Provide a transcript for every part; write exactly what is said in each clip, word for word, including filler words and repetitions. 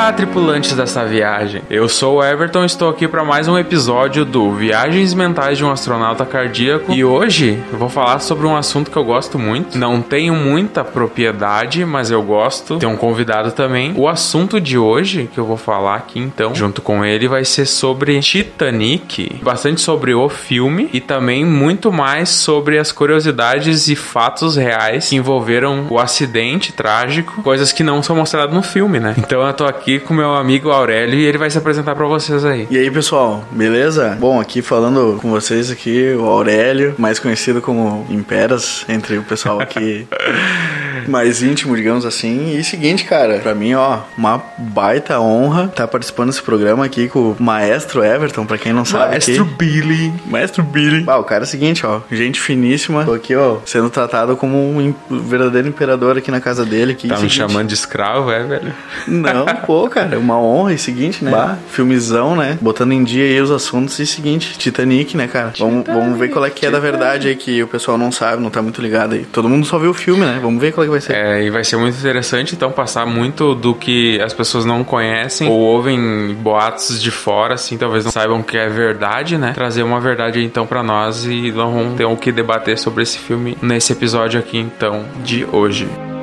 Olá, tripulantes dessa viagem. Eu sou o Everton e estou aqui para mais um episódio do Viagens Mentais de um Astronauta Cardíaco. E hoje eu vou falar sobre um assunto que eu gosto muito. Não tenho muita propriedade, mas eu gosto. Tem um convidado também. O assunto de hoje que eu vou falar aqui, então, junto com ele, vai ser sobre Titanic. Bastante sobre o filme e também muito mais sobre as curiosidades e fatos reais que envolveram o acidente trágico, coisas que não são mostradas no filme, né? Então eu tô aqui com meu amigo Aurélio e ele vai se apresentar pra vocês aí. E aí, pessoal, beleza? Bom, aqui falando com vocês aqui, o Aurélio, mais conhecido como Imperas, entre o pessoal aqui mais íntimo, digamos assim. E seguinte, cara, pra mim, ó, uma baita honra estar tá participando desse programa aqui com o Maestro Everton, pra quem não sabe. Maestro aqui. Billy. Maestro Billy. Ah, o cara é o seguinte, ó, gente finíssima. Tô aqui, ó, sendo tratado como um verdadeiro imperador aqui na casa dele. Aqui, tá me seguinte. chamando de escravo, é, velho? Não, pô, cara, uma honra. E seguinte, né? Bah, filmezão, né? Botando em dia aí os assuntos. E seguinte, Titanic, né, cara? Vamos, vamos ver qual é que é da verdade aí, que o pessoal não sabe, não tá muito ligado aí. Todo mundo só viu o filme, né? Vamos ver qual é que vai ser. É, e vai ser muito interessante, então, passar muito do que as pessoas não conhecem ou ouvem boatos de fora, assim, talvez não saibam que é verdade, né? Trazer uma verdade, então, pra nós e vamos ter o que debater sobre esse filme nesse episódio aqui, então, de hoje.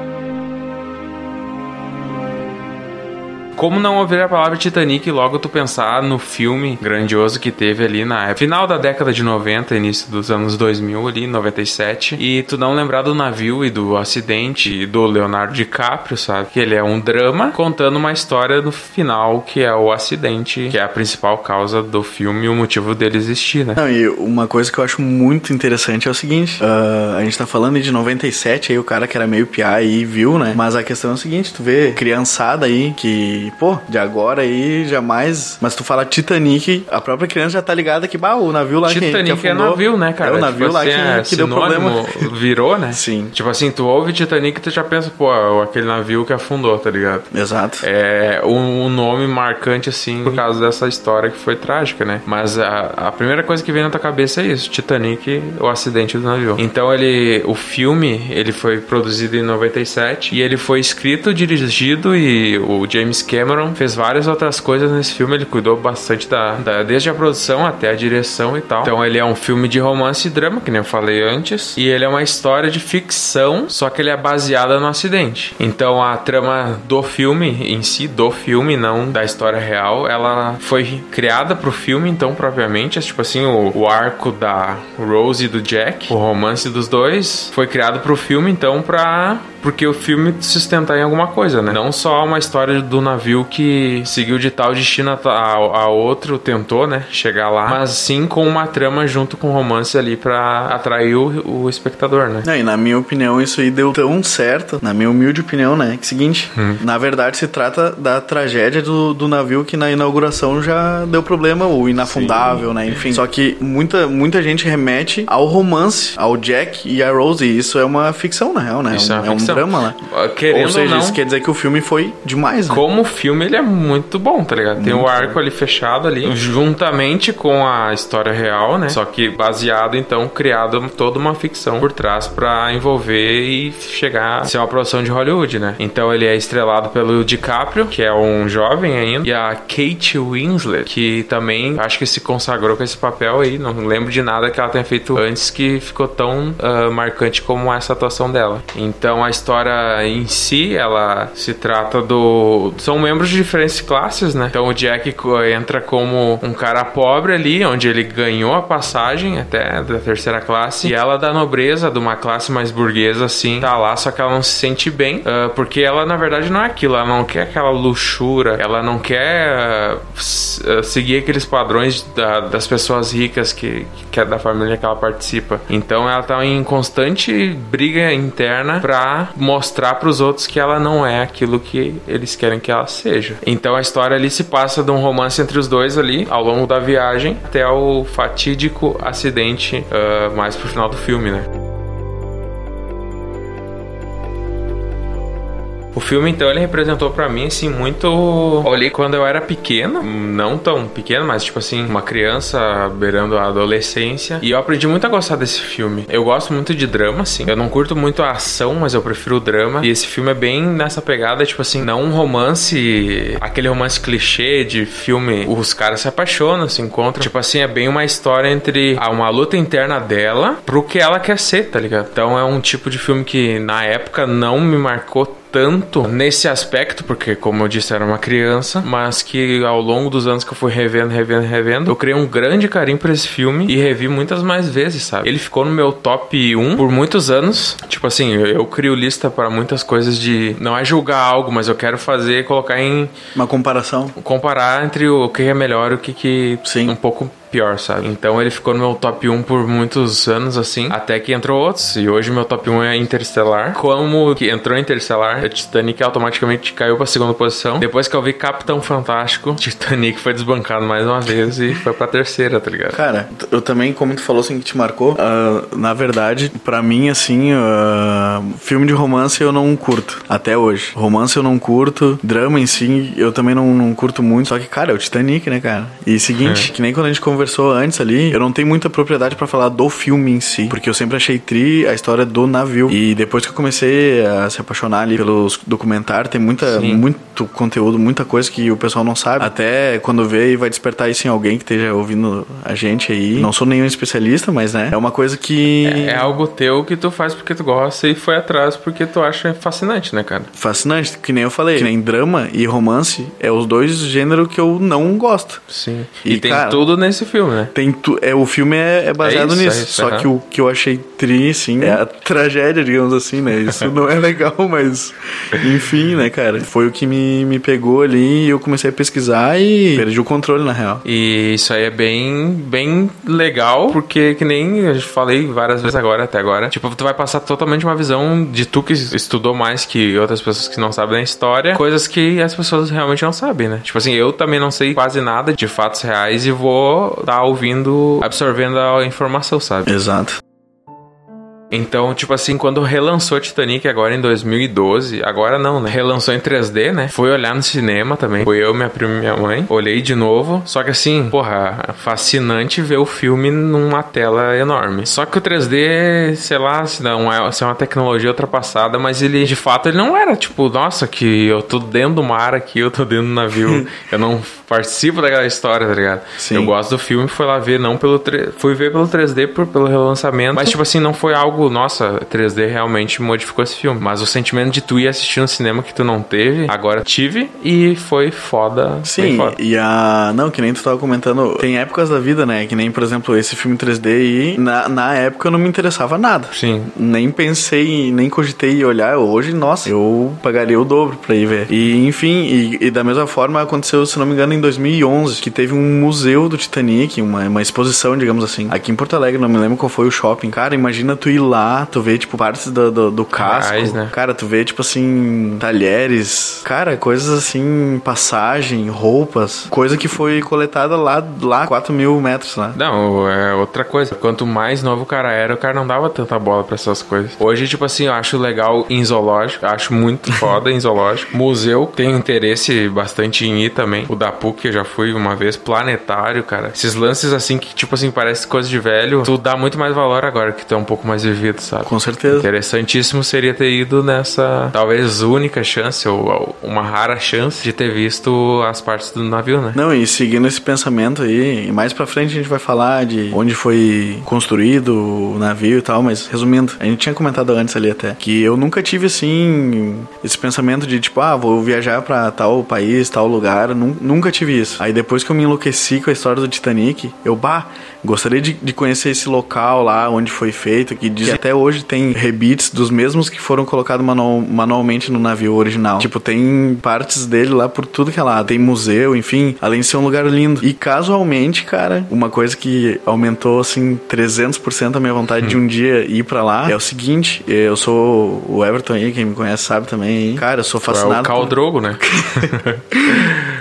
Como não ouvir a palavra Titanic e logo tu pensar no filme grandioso que teve ali na época, final da década de noventa, início dos anos dois mil ali, noventa e sete, e tu não lembrar do navio e do acidente e do Leonardo DiCaprio, sabe? Que ele é um drama contando uma história no final que é o acidente, que é a principal causa do filme e o motivo dele existir, né? Não, e uma coisa que eu acho muito interessante é o seguinte, uh, a gente tá falando aí de noventa e sete, aí o cara que era meio piá aí viu, né? Mas a questão é o seguinte, tu vê criançada aí que pô, de agora aí, jamais... Mas tu fala Titanic, a própria criança já tá ligada que, bah, o navio lá Titanic que, que afundou... é navio, né, cara? É o navio tipo lá assim, que, é, que deu problema. Virou, né? Sim. Tipo assim, tu ouve Titanic e tu já pensa, pô, aquele navio que afundou, tá ligado? Exato. É um, um nome marcante, assim, por causa dessa história que foi trágica, né? Mas a, a primeira coisa que vem na tua cabeça é isso, Titanic, o acidente do navio. Então, ele... O filme, ele foi produzido em noventa e sete e ele foi escrito, dirigido e o James Cameron fez várias outras coisas nesse filme. Ele cuidou bastante da, da desde a produção até a direção e tal. Então ele é um filme de romance e drama, que nem eu falei antes, e ele é uma história de ficção, só que ele é baseada no acidente. Então a trama do filme em si, do filme, não da história real, ela foi criada pro filme, então, propriamente, tipo assim, o, o arco da Rose e do Jack, o romance dos dois, foi criado pro filme, então, pra... porque o filme se sustentar em alguma coisa, né? Não só uma história do navio que seguiu de tal destino a, a outro, tentou, né, chegar lá, mas sim com uma trama junto com romance ali pra atrair o, o espectador, né? É, e na minha opinião, isso aí deu tão certo, na minha humilde opinião, né? Que seguinte, hum. na verdade se trata da tragédia do, do navio que na inauguração já deu problema, o inafundável, sim, né? Enfim, só que muita, muita gente remete ao romance, ao Jack e a Rose, e isso é uma ficção, na real, né? Isso é um, é um drama, né? Querendo ou seja, ou não, isso quer dizer que o filme foi demais, né? Como filme, ele é muito bom, tá ligado? Tem o um arco ali fechado ali, juntamente com a história real, né? Só que baseado, então, criado toda uma ficção por trás pra envolver e chegar a ser uma produção de Hollywood, né? Então ele é estrelado pelo DiCaprio, que é um jovem ainda, e a Kate Winslet, que também acho que se consagrou com esse papel aí. Não lembro de nada que ela tenha feito antes que ficou tão uh, marcante como essa atuação dela. Então a história em si, ela se trata do... São membros de diferentes classes, né? Então o Jack entra como um cara pobre ali, onde ele ganhou a passagem até da terceira classe, e ela da nobreza, de uma classe mais burguesa, assim, tá lá, só que ela não se sente bem, uh, porque ela, na verdade, não é aquilo, ela não quer aquela luxúria, ela não quer uh, seguir aqueles padrões da, das pessoas ricas que, que é da família que ela participa. Então ela tá em constante briga interna pra mostrar pros outros que ela não é aquilo que eles querem que ela seja. Então a história ali se passa de um romance entre os dois ali, ao longo da viagem, até o fatídico acidente uh, mais pro final do filme, né? O filme, então, ele representou pra mim, assim, muito... Olhei quando eu era pequeno, não tão pequeno, mas, tipo assim, uma criança beirando a adolescência. E eu aprendi muito a gostar desse filme. Eu gosto muito de drama, assim. Eu não curto muito a ação, mas eu prefiro o drama. E esse filme é bem nessa pegada, tipo assim, não um romance, aquele romance clichê de filme, os caras se apaixonam, se encontram. Tipo assim, é bem uma história entre uma luta interna dela pro que ela quer ser, tá ligado? Então é um tipo de filme que na época não me marcou tanto nesse aspecto, porque como eu disse, era uma criança, mas que ao longo dos anos que eu fui revendo, revendo, revendo, eu criei um grande carinho por esse filme e revi muitas mais vezes, sabe? Ele ficou no meu top um por muitos anos. Tipo assim, eu, eu crio lista para muitas coisas de... Não é julgar algo, mas eu quero fazer, colocar em... Uma comparação. Comparar entre o que é melhor e o que, que Sim. um pouco pior, sabe? Então ele ficou no meu top um por muitos anos, assim, até que entrou outros, e hoje meu top um é Interstellar. Como que entrou Interstellar, o Titanic automaticamente caiu pra segunda posição. Depois que eu vi Capitão Fantástico, Titanic foi desbancado mais uma vez e foi pra terceira, tá ligado? Cara, eu também, como tu falou assim, que te marcou, uh, na verdade, pra mim, assim, uh, filme de romance eu não curto, até hoje. Romance eu não curto, drama em si eu também não, não curto muito, só que, cara, é o Titanic, né, cara? E seguinte, é. que nem quando a gente conversou antes ali, eu não tenho muita propriedade pra falar do filme em si, porque eu sempre achei tri a história do navio. E depois que eu comecei a se apaixonar ali pelos documentários, tem muita, muito conteúdo, muita coisa que o pessoal não sabe. Até quando vê e vai despertar isso em alguém que esteja ouvindo a gente aí. Não sou nenhum especialista, mas né, é uma coisa que... É, é algo teu que tu faz porque tu gosta e foi atrás porque tu acha fascinante, né, cara? Fascinante, que nem eu falei. Que nem drama e romance é os dois gêneros que eu não gosto. Sim. E, e tem cara, tudo nesse filme, né? Tem tu, é, o filme é, é baseado é isso, nisso. É isso, só uhum. que o que eu achei tri, assim, é a tragédia, digamos assim, né? Isso não é legal, mas enfim, né, cara? Foi o que me, me pegou ali e eu comecei a pesquisar e perdi o controle, na real. E isso aí é bem, bem legal, porque que nem eu falei várias vezes agora, até agora, tipo, tu vai passar totalmente uma visão de tu que estudou mais que outras pessoas que não sabem da história, coisas que as pessoas realmente não sabem, né? Tipo assim, eu também não sei quase nada de fatos reais e vou estar tá ouvindo, absorvendo a informação, sabe? Exato. Então, tipo assim, quando relançou Titanic agora em dois mil e doze, agora não, né? Relançou em três D, né? Fui olhar no cinema também. Foi eu, minha prima e minha mãe. Olhei de novo. Só que assim, porra, fascinante ver o filme numa tela enorme. Só que o três D, sei lá, se não é, se é uma tecnologia ultrapassada, mas ele, de fato, ele não era tipo, nossa, que eu tô dentro do mar aqui, eu tô dentro do navio. Eu não participo daquela história, tá ligado? Sim. Eu gosto do filme, fui lá ver, não pelo... Tre... Fui ver pelo três D, por, pelo relançamento. Mas, tipo assim, não foi algo nossa, três D realmente modificou esse filme. Mas o sentimento de tu ir assistir no cinema que tu não teve, agora tive e foi foda. Sim, foda. E a... Não, que nem tu tava comentando, tem épocas da vida, né? Que nem, por exemplo, esse filme três D aí, na, na época eu não me interessava nada. Sim. Nem pensei, nem cogitei em olhar. Hoje, nossa, eu pagaria o dobro pra ir ver. E, enfim, e, e da mesma forma aconteceu, se não me engano, em dois mil e onze, que teve um museu do Titanic, uma, uma exposição, digamos assim, aqui em Porto Alegre, não me lembro qual foi o shopping. Cara, imagina tu ir lá, tu vê, tipo, partes do, do, do casco. Reais, né? Cara, tu vê, tipo assim, talheres. Cara, coisas assim, passagem, roupas. Coisa que foi coletada lá, lá quatro mil metros lá. Não, é outra coisa. Quanto mais novo o cara era, o cara não dava tanta bola pra essas coisas. Hoje, tipo assim, eu acho legal em zoológico. Acho muito foda em zoológico. Museu, tenho interesse bastante em ir também. O da P U C, eu já fui uma vez. Planetário, cara. Esses lances assim que, tipo assim, parece coisa de velho. Tu dá muito mais valor agora que tu é um pouco mais vivido, sabe? Com certeza. Interessantíssimo seria ter ido nessa, talvez, única chance ou uma rara chance de ter visto as partes do navio, né? Não, e seguindo esse pensamento aí, mais pra frente a gente vai falar de onde foi construído o navio e tal, mas resumindo, a gente tinha comentado antes ali até, que eu nunca tive, assim, esse pensamento de, tipo, ah, vou viajar pra tal país, tal lugar, nunca tive isso. Aí depois que eu me enlouqueci com a história do Titanic, eu, bah, gostaria de, de conhecer esse local lá, onde foi feito, que diz que até hoje tem rebits dos mesmos que foram colocados manual, manualmente no navio original. Tipo, tem partes dele lá por tudo que é lá. Tem museu, enfim, além de ser um lugar lindo. E casualmente, cara, uma coisa que aumentou, assim, trezentos por cento a minha vontade hum. de um dia ir pra lá é o seguinte, eu sou o Everton aí, quem me conhece sabe também aí. Cara, eu sou fascinado... É o Khal Drogo, né?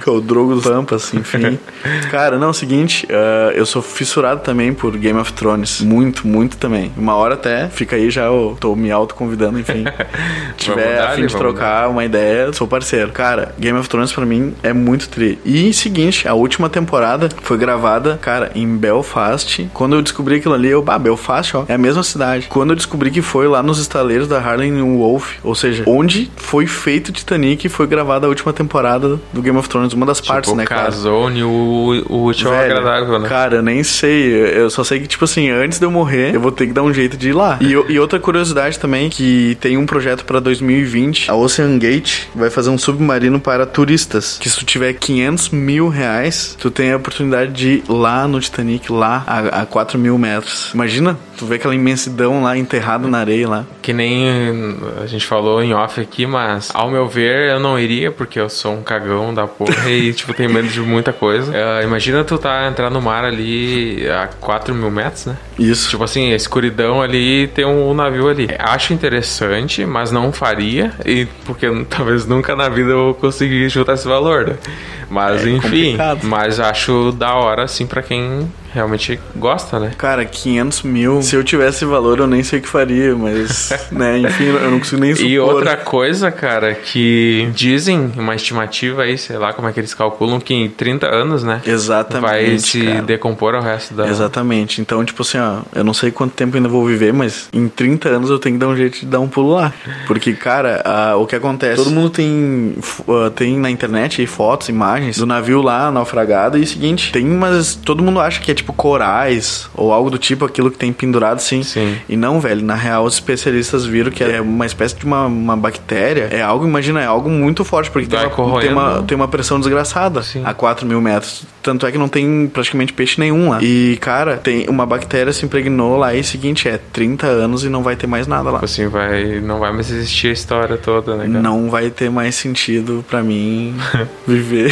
o Drogo dos Pampas, enfim. Cara, não, é o seguinte, uh, eu sou fissurado também por Game of Thrones. Muito, muito também. Uma hora até, fica aí já, eu tô me auto-convidando, enfim. Se tiver a fim de trocar dar. uma ideia, sou parceiro. Cara, Game of Thrones pra mim é muito tri. E seguinte, a última temporada foi gravada, cara, em Belfast. Quando eu descobri aquilo ali, eu, bah, Belfast, ó, é a mesma cidade. Quando eu descobri que foi lá nos estaleiros da Harlem Wolf, ou seja, onde foi feito Titanic e foi gravada a última temporada do Game of Thrones, uma das tipo, partes, né, cara? Casou e o, o último é agradável, né? Cara, eu nem sei. Eu só sei que, tipo assim, antes de eu morrer, eu vou ter que dar um jeito de ir lá. E, e outra curiosidade também, que tem um projeto pra dois mil e vinte, a Ocean Gate vai fazer um submarino para turistas, que se tu tiver quinhentos mil reais, tu tem a oportunidade de ir lá no Titanic, lá a, a quatro mil metros. Imagina, tu vê aquela imensidão lá, enterrada na areia lá. Que nem a gente falou em off aqui, mas ao meu ver, eu não iria, porque eu sou um cagão da porra e, tipo, tenho medo de muita coisa. Uh, imagina tu tá entrar no mar ali a quatro mil metros, né? Isso. Tipo assim, a escuridão ali e tem um navio ali. Acho interessante, mas não faria, e porque talvez nunca na vida eu consegui juntar esse valor, né? Mas, é enfim, complicado. Mas acho da hora, assim, pra quem realmente gosta, né? Cara, quinhentos mil. Se eu tivesse esse valor, eu nem sei o que faria, mas, né, enfim, eu não consigo nem supor. E outra coisa, cara, que dizem, uma estimativa aí, sei lá como é que eles calculam, que em trinta anos, né? Exatamente, vai se cara. decompor ao resto da... Exatamente. Então, tipo assim, ó, eu não sei quanto tempo ainda vou viver, mas em trinta anos eu tenho que dar um jeito de dar um pulo lá. Porque, cara, a, o que acontece? Todo mundo tem, uh, tem na internet aí fotos, imagens do navio lá, naufragado, e o seguinte, tem umas... Todo mundo acha que é tipo corais ou algo do tipo, aquilo que tem pendurado, sim. Sim. E não, velho, na real os especialistas viram que é uma espécie de uma, uma bactéria. É algo, imagina, é algo muito forte, porque tem uma, tem, uma, tem uma pressão desgraçada, sim, a quatro mil metros. Tanto é que não tem praticamente peixe nenhum lá. E, cara, tem uma bactéria se impregnou lá e o seguinte, é trinta anos e não vai ter mais nada lá. Assim, vai, não vai mais existir a história toda, né, cara? Não vai ter mais sentido pra mim viver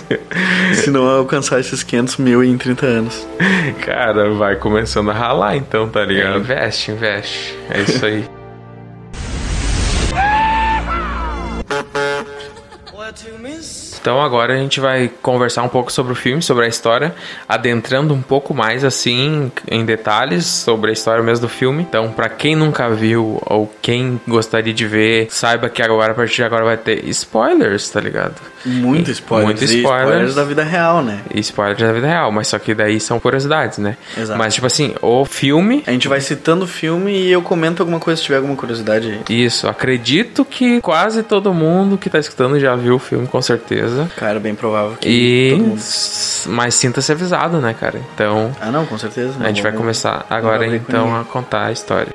se não alcançar esses quinhentos mil em trinta anos. Cara, vai começando a ralar então, tá ligado? É, investe, investe. É isso aí. Então agora a gente vai conversar um pouco sobre o filme, sobre a história, adentrando um pouco mais assim em detalhes sobre a história mesmo do filme. Então, pra quem nunca viu ou quem gostaria de ver, saiba que agora, a partir de agora, vai ter spoilers, tá ligado? Muito spoilers. Muito spoilers. spoilers da vida real, né? E spoilers da vida real, mas só que daí são curiosidades, né? Exato. Mas tipo assim, o filme... A gente vai citando o filme e eu comento alguma coisa se tiver alguma curiosidade aí. Isso, acredito que quase todo mundo que tá escutando já viu o filme, com certeza. Cara, bem provável que e... todo mundo. Mas sinta-se avisado, né, cara? Então... Ah, não, com certeza. A gente vai começar agora, então, a contar a história.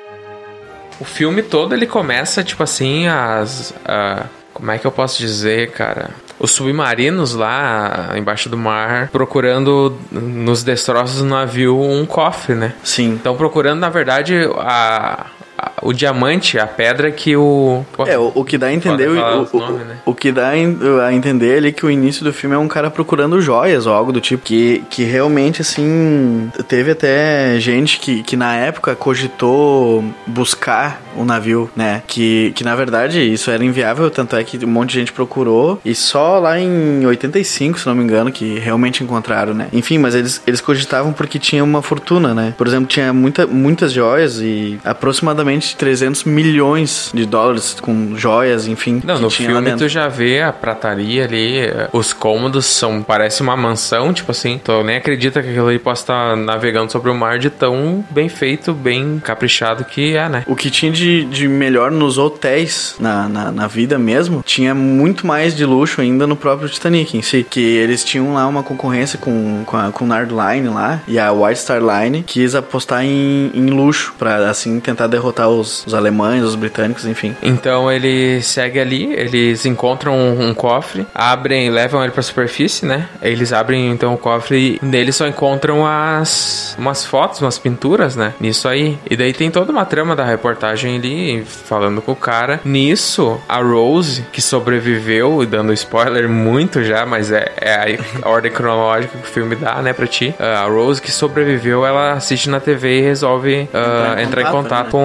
O filme todo, ele começa, tipo assim, as... Uh, como é que eu posso dizer, cara? Os submarinos lá embaixo do mar procurando nos destroços do navio um cofre, né? Sim. Então procurando, na verdade, a... o diamante, a pedra que o... Pô, é, o, o que dá a entender... O, o, nome, né? o que dá a entender ali que o início do filme é um cara procurando joias ou algo do tipo. Que, que realmente, assim... Teve até gente que, que na época cogitou buscar o navio, né? Que, que na verdade isso era inviável, tanto é que um monte de gente procurou. E só lá em oitenta e cinco, se não me engano, que realmente encontraram, né? Enfim, mas eles, eles cogitavam porque tinha uma fortuna, né? Por exemplo, tinha muita, muitas joias e aproximadamente trezentos milhões de dólares com joias, enfim. Não, no filme tu já vê a prataria ali, os cômodos são, parece uma mansão, tipo assim, tu nem acredita que aquilo ali possa estar navegando sobre o mar de tão bem feito, bem caprichado que é, né? O que tinha de, de melhor nos hotéis, na, na, na vida mesmo, tinha muito mais de luxo ainda no próprio Titanic em si, que eles tinham lá uma concorrência com, com, a, com o Nard Line lá, e a White Star Line quis apostar em, em luxo, pra assim tentar derrotar os, os alemães, os britânicos, enfim. Então ele segue ali, eles encontram um, um cofre, abrem, levam ele pra superfície, né? Eles abrem então o cofre e nele só encontram as umas fotos, umas pinturas, né? Nisso aí. E daí tem toda uma trama da reportagem ali, falando com o cara. Nisso, a Rose, que sobreviveu, e dando spoiler muito já, mas é, é a ordem cronológica que o filme dá, né, pra ti. Uh, a Rose, que sobreviveu, ela assiste na T V e resolve uh, entrar em contato, entrar em contato né? com a produção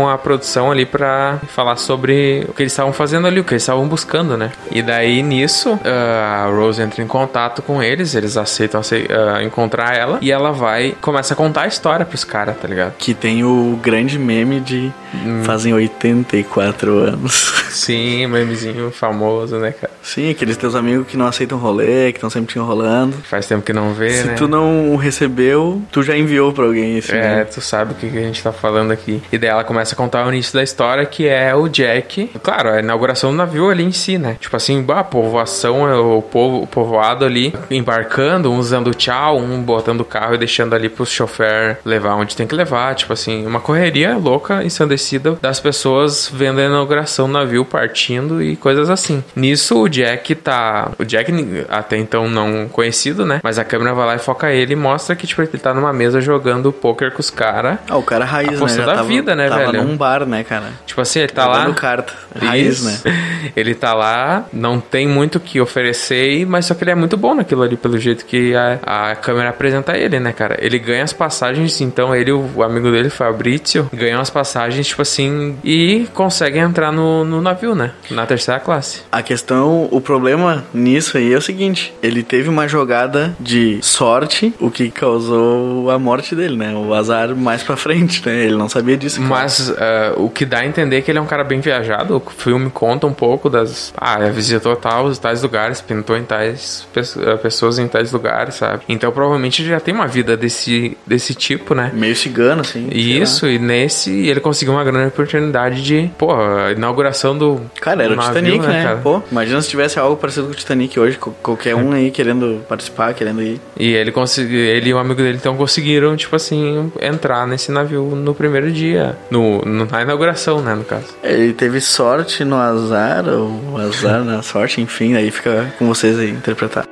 introdução ali pra falar sobre o que eles estavam fazendo ali, o que eles estavam buscando, né? E daí, nisso, a Rose entra em contato com eles, eles aceitam uh, encontrar ela, e ela vai, começa a contar a história pros caras, tá ligado? Que tem o grande meme de hum. fazem oitenta e quatro anos. Sim, memezinho famoso, né, cara? Sim, aqueles teus amigos que não aceitam rolê, que estão sempre te enrolando. Faz tempo que não vê, Se né? Se tu não recebeu, tu já enviou pra alguém esse É, meme. Tu sabe o que a gente tá falando aqui. E daí ela começa a contar o início da história, que é o Jack. Claro, a inauguração do navio ali em si, né? Tipo assim, a povoação, o povo, o povoado ali, embarcando, um usando tchau, um botando o carro e deixando ali pro chofer levar onde tem que levar. Tipo assim, uma correria louca, ensandecida das pessoas vendo a inauguração do navio partindo e coisas assim. Nisso, o Jack tá... O Jack, até então não conhecido, né? Mas a câmera vai lá e foca ele e mostra que, tipo, ele tá numa mesa jogando poker com os caras. Ah, o cara raiz, né? Já da tava, vida, né, tava velho? Tava num bar, né, cara? Tipo assim, ele tá jogando lá... carta. Raiz, Isso. né? Ele tá lá, não tem muito o que oferecer, mas só que ele é muito bom naquilo ali, pelo jeito que a, a câmera apresenta ele, né, cara? Ele ganha as passagens, então ele, o amigo dele, Fabrício, ganham as passagens, tipo assim, e conseguem entrar no, no navio, né? Na terceira classe. A questão, o problema nisso aí é o seguinte, ele teve uma jogada de sorte, o que causou a morte dele, né? O azar mais pra frente, né? Ele não sabia disso. Cara. Mas uh, o que dá a entender é que ele é um cara bem viajado. O filme conta um pouco das... Ah, visitou tais, tais lugares, pintou em tais pessoas em tais lugares, sabe? Então provavelmente ele já tem uma vida desse, desse tipo, né? Meio cigano, assim. Isso, e nesse ele conseguiu uma grande oportunidade de... Pô, a inauguração do... Cara, era do o navio, Titanic, né? Cara? Pô, imagina se tivesse algo parecido com o Titanic hoje, qualquer um aí querendo participar, querendo ir. E ele conseguiu, ele e o amigo dele então conseguiram, tipo assim, entrar nesse navio no primeiro dia, no, no, na inauguração, né, no caso. Ele teve sorte no azar, ou azar na sorte, enfim, aí fica com vocês aí interpretar.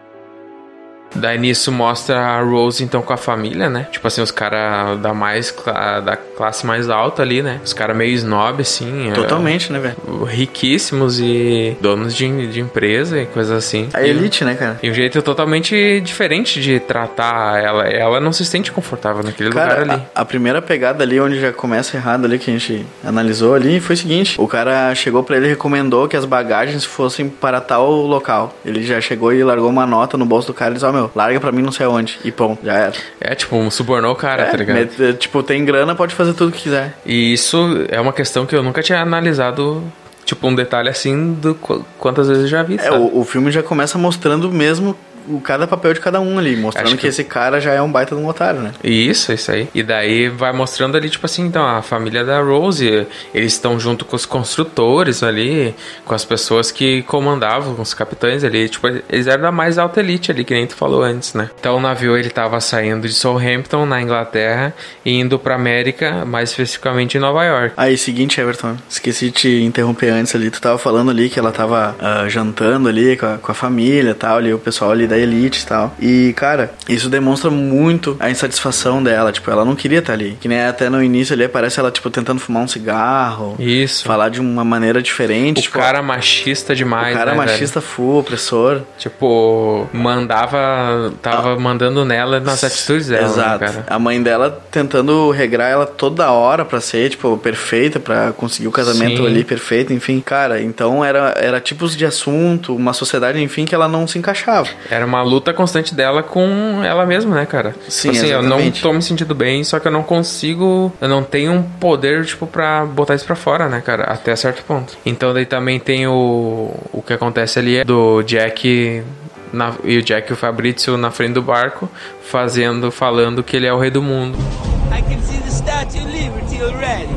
Daí nisso mostra a Rose então com a família, né? Tipo assim, os caras da mais da classe mais alta ali, né? Os caras meio snob, assim. Totalmente, é, né, velho? Riquíssimos e donos de, de empresa e coisas assim. A elite, e, né, cara? E um jeito totalmente diferente de tratar ela. Ela não se sente confortável naquele cara, lugar ali. A, a primeira pegada ali, onde já começa errado ali, que a gente analisou ali, foi o seguinte. O cara chegou pra ele e recomendou que as bagagens fossem para tal local. Ele já chegou e largou uma nota no bolso do cara e disse, ó, oh, meu, larga pra mim não sei onde. E pronto, já era. É, tipo, subornou o cara, é, tá ligado? Me, tipo, tem grana, pode fazer tudo que quiser. E isso é uma questão que eu nunca tinha analisado, tipo, um detalhe assim do qu- quantas vezes eu já vi, é, sabe? O, o filme já começa mostrando mesmo o cada papel de cada um ali, mostrando que... que esse cara já é um baita de um otário, né? Isso, isso aí. E daí vai mostrando ali, tipo assim, então, a família da Rose, eles estão junto com os construtores ali, com as pessoas que comandavam, com os capitães ali, tipo, eles eram da mais alta elite ali, que nem tu falou antes, né? Então o navio, ele tava saindo de Southampton, na Inglaterra, e indo pra América, mais especificamente em Nova York. Aí, seguinte, Everton, esqueci de te interromper antes ali, tu tava falando ali que ela tava uh, jantando ali com a, com a família e tal, ali, o pessoal ali da elite e tal. E, cara, isso demonstra muito a insatisfação dela. Tipo, ela não queria estar ali. Que nem até no início ali aparece ela, tipo, tentando fumar um cigarro. Isso. Falar de uma maneira diferente. O tipo, cara machista demais, O cara né, machista velho? full, opressor. Tipo, mandava... Tava ah. mandando nela nas atitudes dela, Exato. Né, cara? A mãe dela tentando regrar ela toda hora pra ser, tipo, perfeita, pra conseguir o casamento Sim. ali perfeito, enfim. Cara, então era, era tipos de assunto, uma sociedade, enfim, que ela não se encaixava. Era uma luta constante dela com ela mesma, né, cara? Sim, tipo assim, exatamente. Eu não tô me sentindo bem, só que eu não consigo... Eu não tenho um poder, tipo, pra botar isso pra fora, né, cara? Até certo ponto. Então, daí também tem o... O que acontece ali é do Jack... Na, e o Jack e o Fabrício na frente do barco, fazendo, falando que ele é o rei do mundo. I can see the Statue of Liberty already.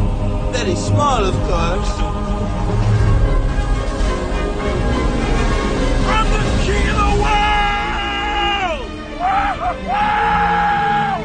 Very small, of course.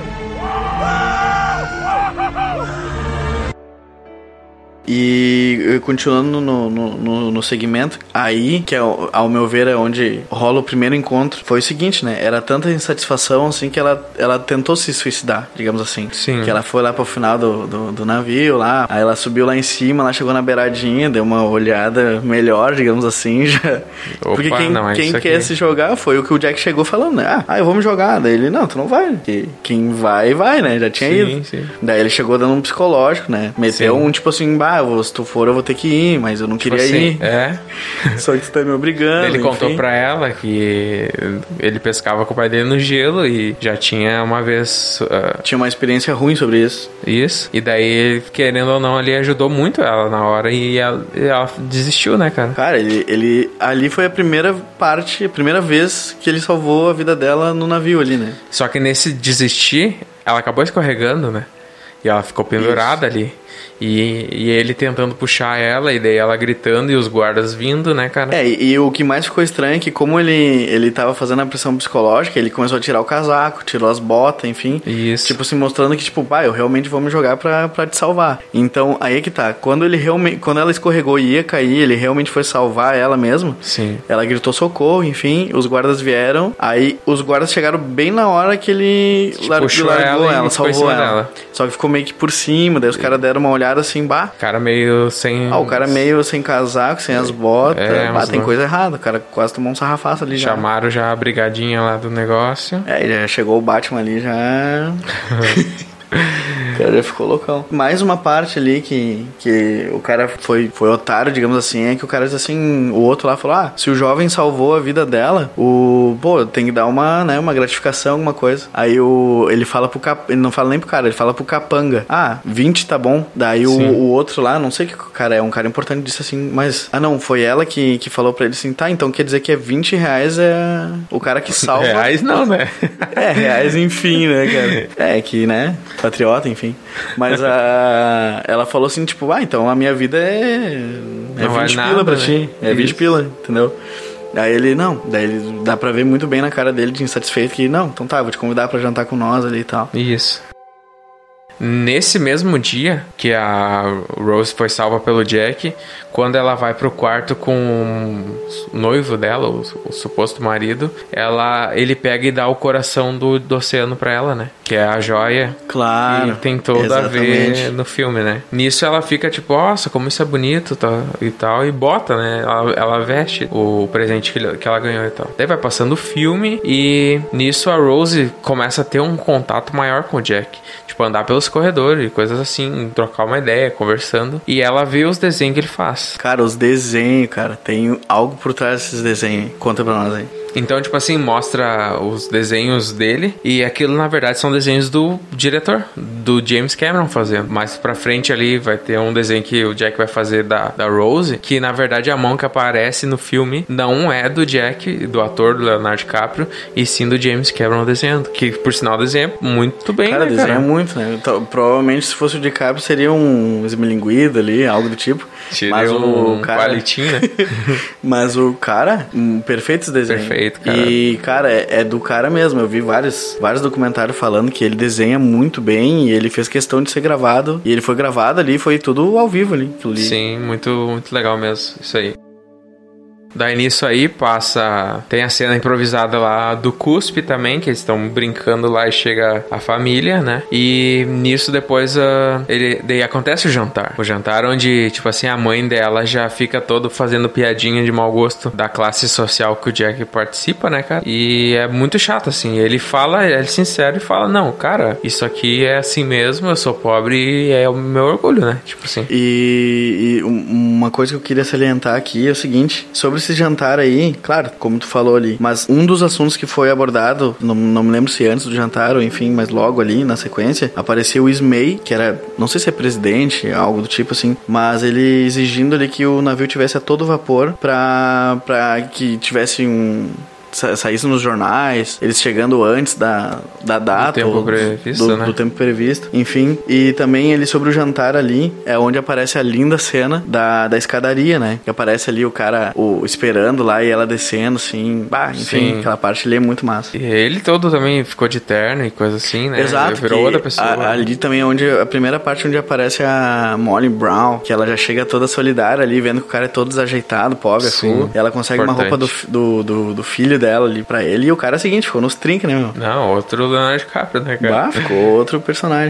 E continuando no, no, no, no segmento, aí, que é, ao meu ver, é onde rola o primeiro encontro, foi o seguinte, né? Era tanta insatisfação, assim, que ela, ela tentou se suicidar, digamos assim. Sim. Que ela foi lá pro final do, do, do navio, lá, aí ela subiu lá em cima, ela chegou na beiradinha, deu uma olhada melhor, digamos assim, já. Opa, porque quem, não, quem quer aqui... se jogar foi o que o Jack chegou falando, né? Ah, eu vou me jogar. Daí ele, não, tu não vai. Porque quem vai, vai, né? Já tinha sim, ido. Sim. Daí ele chegou dando um psicológico, né? Meteu sim. um tipo assim, bah, se tu for eu vou ter que ir, mas eu não tipo queria assim, ir. É. Só que tu tá me obrigando. Ele enfim. contou pra ela que ele pescava com o pai dele no gelo e já tinha uma vez... Uh... Tinha uma experiência ruim sobre isso. Isso. E daí, querendo ou não, ele ajudou muito ela na hora e ela, ela desistiu, né, cara? Cara, ele, ele... Ali foi a primeira parte, a primeira vez que ele salvou a vida dela no navio ali, né? Só que nesse desistir, ela acabou escorregando, né? E ela ficou pendurada isso. ali. E, e ele tentando puxar ela, e daí ela gritando e os guardas vindo, né, cara? É, e, e o que mais ficou estranho é que como ele, ele tava fazendo a pressão psicológica, ele começou a tirar o casaco, tirou as botas, enfim. Isso. Tipo, se mostrando que, tipo, pai, eu realmente vou me jogar pra, pra te salvar. Então, aí é que tá. Quando ele realmente, quando ela escorregou e ia cair, ele realmente foi salvar ela mesmo. Sim. Ela gritou socorro, enfim, os guardas vieram. Aí, os guardas chegaram bem na hora que ele tipo, lar- puxou largou ela, ela, e salvou ela. Dela. Só que ficou meio que por cima, daí os caras deram uma olhada assim, bah. O cara meio sem... Ah, o cara meio sem casaco, sem as botas. É, bah, tem não... coisa errada. O cara quase tomou um sarrafaço ali já. Chamaram já a brigadinha lá do negócio. É, já chegou o Batman ali, já... O cara já ficou loucão. Mais uma parte ali que, que o cara foi, foi otário, digamos assim, é que o cara diz assim, o outro lá falou, ah, se o jovem salvou a vida dela, o, pô, tem que dar uma, né, uma gratificação, alguma coisa. Aí o, ele fala pro cap, ele não fala nem pro cara, ele fala pro capanga, ah, vinte tá bom. Daí o, o outro lá, não sei que o cara é, um cara importante, disse assim, mas, ah não, foi ela que, que falou pra ele assim, tá, então quer dizer que é vinte reais é o cara que salva. Reais não, né? É, reais enfim, né, cara? É, que, né, patriota, enfim. Mas a, ela falou assim, tipo, ah, então a minha vida é, é vinte pila nada, pra né? ti. É vinte pila, entendeu? Aí ele, não, daí ele, dá pra ver muito bem na cara dele de insatisfeito que, não, então tá, vou te convidar pra jantar com nós ali e tal. Isso. Nesse mesmo dia que a Rose foi salva pelo Jack, quando ela vai pro quarto com o noivo dela, o, o suposto marido, ela, ele pega e dá o coração do, do oceano pra ela, né? Que é a joia. Claro. Que tem todo exatamente. A ver no filme, né? Nisso ela fica tipo, nossa, como isso é bonito tá, e tal, e bota, né? Ela, ela veste o presente que, que ela ganhou e tal. Daí vai passando o filme e nisso a Rose começa a ter um contato maior com o Jack. Tipo, andar pelos corredores e coisas assim, trocar uma ideia, conversando. E ela vê os desenhos que ele faz. Cara, os desenhos, cara, tem algo por trás desses desenhos. Conta pra nós aí. Então, tipo assim, mostra os desenhos dele e aquilo, na verdade, são desenhos do diretor, do James Cameron fazendo. Mais pra frente ali vai ter um desenho que o Jack vai fazer da, da Rose, que, na verdade, a mão que aparece no filme não é do Jack, do ator, do Leonardo DiCaprio, e sim do James Cameron desenhando, que, por sinal, desenha muito bem, cara, né, desenha cara? muito, né? Então, provavelmente, se fosse o DiCaprio, seria um esmilinguido ali, algo do tipo. Tirei mas um o cara... palitinho, né? Mas o cara, um perfeitos desenhos. Perfeito. Cara. E, cara, é, é do cara mesmo. Eu vi vários, vários documentários falando que ele desenha muito bem e ele fez questão de ser gravado. E ele foi gravado ali, foi tudo ao vivo ali. ali. Sim, muito, muito legal mesmo, isso aí. Daí nisso aí passa... Tem a cena improvisada lá do cuspe também, que eles estão brincando lá e chega a família, né? E nisso depois uh, ele, daí acontece o jantar. O jantar onde, tipo assim, a mãe dela já fica todo fazendo piadinha de mau gosto da classe social que o Jack participa, né, cara? E é muito chato, assim. Ele fala, ele é sincero e fala, não, cara, isso aqui é assim mesmo, eu sou pobre e é o meu orgulho, né? Tipo assim. E, e uma coisa que eu queria salientar aqui é o seguinte, sobre esse jantar aí, claro, como tu falou ali, mas um dos assuntos que foi abordado, não, não me lembro se antes do jantar ou enfim, mas logo ali na sequência, apareceu o Ismay, que era, não sei se é presidente, algo do tipo assim, mas ele exigindo ali que o navio tivesse a todo vapor pra, pra que tivesse um... sa- saísse nos jornais, eles chegando antes da, da data. Do tempo ou, previsto, do, né? do tempo previsto, enfim. E também ele sobre o jantar ali, é onde aparece a linda cena da, da escadaria, né? Que aparece ali o cara o, esperando lá e ela descendo, assim. Bah, enfim, Sim. aquela parte ali é muito massa. E ele todo também ficou de terno e coisa assim, né? Exato. Ele virou que outra pessoa. a- ali também é onde a primeira parte onde aparece a Molly Brown, que ela já chega toda solidária ali, vendo que o cara é todo desajeitado, pobre, Sim, full. E ela consegue importante. uma roupa do, fi- do, do, do filho dela ali pra ele. E o cara é o seguinte, ficou nos trinques, né, meu? Não, outro Leonardo DiCaprio, né, cara? Bah, ficou outro personagem.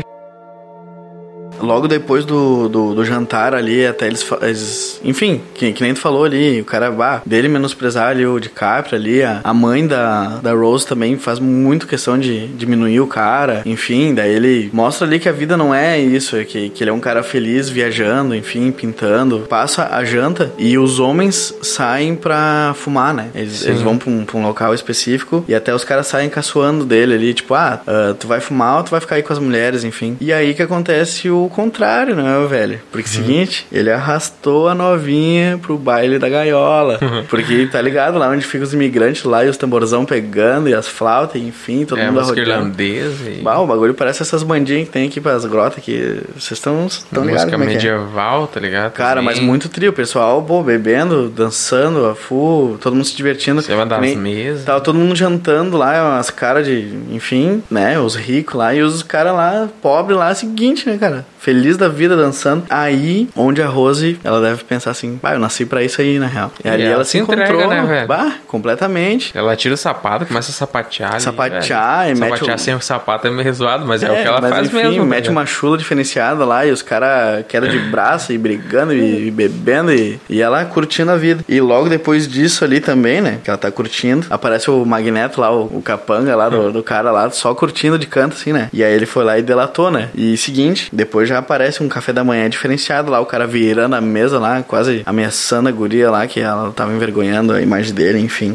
Logo depois do, do, do jantar ali, até eles, fa- eles enfim, que, que nem tu falou ali, o cara, bah, dele menosprezar ali o DiCaprio ali, a, a mãe da, da Rose também faz muito questão de diminuir o cara, enfim, daí ele mostra ali que a vida não é isso, é que, que ele é um cara feliz viajando, enfim, pintando, passa a janta e os homens saem pra fumar, né, eles, eles vão pra um, pra um local específico e até os caras saem caçoando dele ali, tipo, ah, ah, tu vai fumar ou tu vai ficar aí com as mulheres, enfim, e aí que acontece o contrário, né, velho? Porque, uhum. seguinte, ele arrastou a novinha pro baile da gaiola. Uhum. Porque, tá ligado? Lá onde ficam os imigrantes lá e os tamborzão pegando e as flautas, enfim, todo é, mundo arrodeando. irlandês E... Bah, o bagulho parece essas bandinhas que tem aqui pras grotas que vocês estão ligados música como é medieval, que é. Tá ligado? Cara, também. mas muito trio. O pessoal, pô, bebendo, dançando, a full, todo mundo se divertindo. Cima das nem, mesas. Tava todo mundo jantando lá, as caras de, enfim, né, os ricos lá e os caras lá, pobres lá, seguinte, né, cara? Feliz da vida dançando. Aí, onde a Rose, ela deve pensar assim, bah, eu nasci pra isso aí, na real. E, e ali ela, ela se encontrou, entrega, né, velho? Bah, completamente. Ela tira o sapato, começa a sapatear. Sapatear ali, e mete Sapatear o... sem o sapato é meio zoado, mas é, é o que ela mas faz enfim, mesmo. mete né? uma chula diferenciada lá e os caras queda de braço e brigando e, e bebendo e, e ela curtindo a vida. E logo depois disso ali também, né, que ela tá curtindo, aparece o Magneto lá, o, o capanga lá do, do cara lá, só curtindo de canto assim, né. E aí ele foi lá e delatou, né. E seguinte, depois já aparece um café da manhã diferenciado lá, o cara virando a mesa lá, quase ameaçando a guria lá, que ela tava envergonhando a imagem dele, enfim.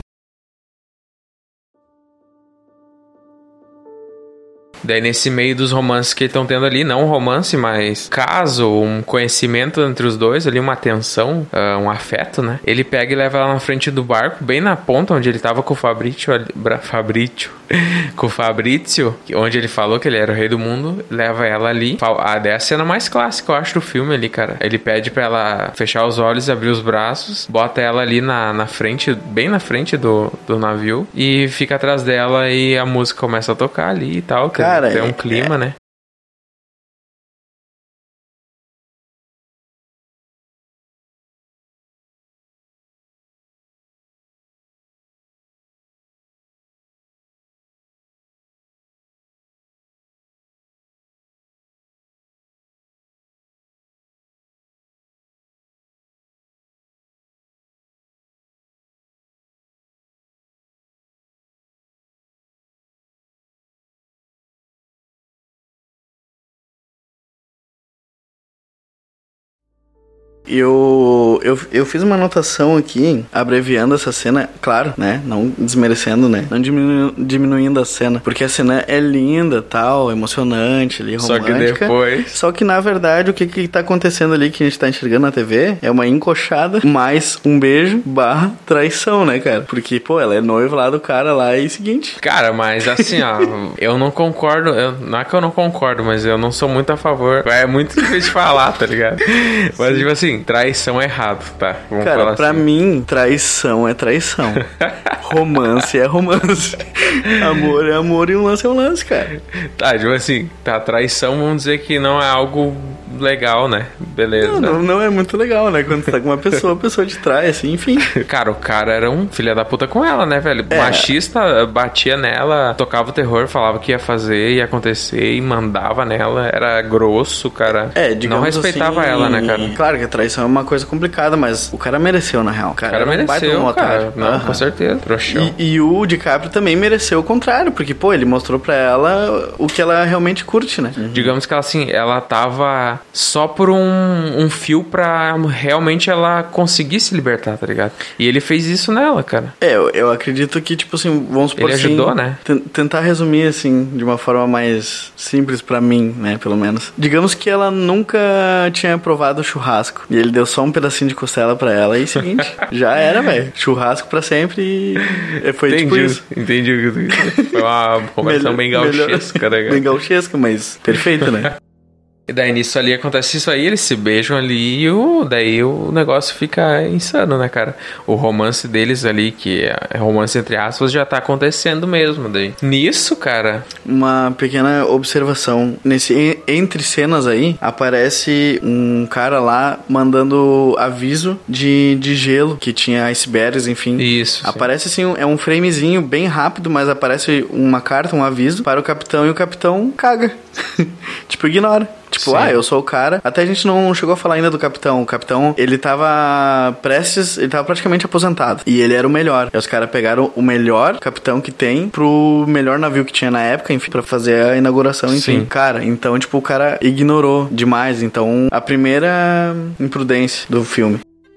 Daí nesse meio dos romances que estão tendo ali, não um romance, mas caso, um conhecimento entre os dois, ali uma atenção, uh, um afeto, né? Ele pega e leva ela na frente do barco, bem na ponta onde ele tava com o Fabrício, ali, Bra, Fabrício, com o Fabrício, onde ele falou que ele era o rei do mundo, leva ela ali. Ah, daí é a cena mais clássica, eu acho, do filme ali, cara. Ele pede pra ela fechar os olhos e abrir os braços, bota ela ali na, na frente, bem na frente do, do navio, e fica atrás dela e a música começa a tocar ali e tal, cara. Cara, tem um clima, é... né? Eu, eu, eu fiz uma anotação aqui, abreviando essa cena, claro, né? Não desmerecendo, né? Não diminu, diminuindo a cena. Porque a cena é linda, tal, emocionante ali, romântica. Só que depois... Só que, na verdade, o que que tá acontecendo ali, que a gente tá enxergando na T V, é uma encoxada, mais um beijo, barra traição, né, cara? Porque, pô, ela é noiva lá do cara lá e seguinte. Cara, mas assim, ó, eu não concordo, eu, não é que eu não concordo, mas eu não sou muito a favor. É muito difícil de falar, tá ligado? Mas, tipo assim, traição é errado, tá? Vamos Cara, falar pra assim. mim, traição é traição. Romance é romance. Amor é amor e um lance é um lance, cara. Tá, tipo assim, tá, traição, vamos dizer que não é algo legal, né? Beleza. Não, não, não é muito legal, né? Quando você tá com uma pessoa, a pessoa te trai, assim, enfim. Cara, o cara era um filho da puta com ela, né, velho? É. Machista, batia nela, tocava o terror, falava que ia fazer, ia acontecer e mandava nela. Era grosso, cara. É, digamos não respeitava assim, ela, né, cara? Claro que a traição é uma coisa complicada, mas o cara mereceu, na real. O cara, o cara mereceu, um cara. Não, uhum. Com certeza, trouxão. E, e o DiCaprio também mereceu o contrário, porque, pô, ele mostrou pra ela o que ela realmente curte, né? Uhum. Digamos que ela, assim, ela tava só por um, um fio pra realmente ela conseguir se libertar, tá ligado? E ele fez isso nela, cara. É, eu, eu acredito que, tipo assim, vamos supor Ele ajudou, assim, né? t- tentar resumir, assim, de uma forma mais simples pra mim, né, pelo menos. Digamos que ela nunca tinha provado churrasco. E ele deu só um pedacinho de costela pra ela e seguinte, já era, velho. Churrasco pra sempre e foi Entendi, tipo isso. entendi. Foi uma conversão bem gauchesca, né, cara? Bem gauchesca, mas perfeito, né? E daí nisso ali acontece isso aí, eles se beijam ali e o, daí o negócio fica insano, né, cara? O romance deles ali, que é romance entre aspas, já tá acontecendo mesmo daí. Nisso, cara... Uma pequena observação. Nesse, entre cenas aí, aparece um cara lá mandando aviso de, de gelo, que tinha icebergs, enfim. Isso. Aparece assim, é um framezinho bem rápido, mas aparece uma carta, um aviso para o capitão e o capitão caga. Tipo, ignora. Tipo, sim. Ah, eu sou o cara. Até a gente não chegou a falar ainda do capitão. O capitão, ele tava prestes... Ele tava praticamente aposentado. E ele era o melhor. E os caras pegaram o melhor capitão que tem pro melhor navio que tinha na época, enfim, pra fazer a inauguração, enfim. Sim. Cara, então, tipo, o cara ignorou demais. Então, a primeira imprudência do filme.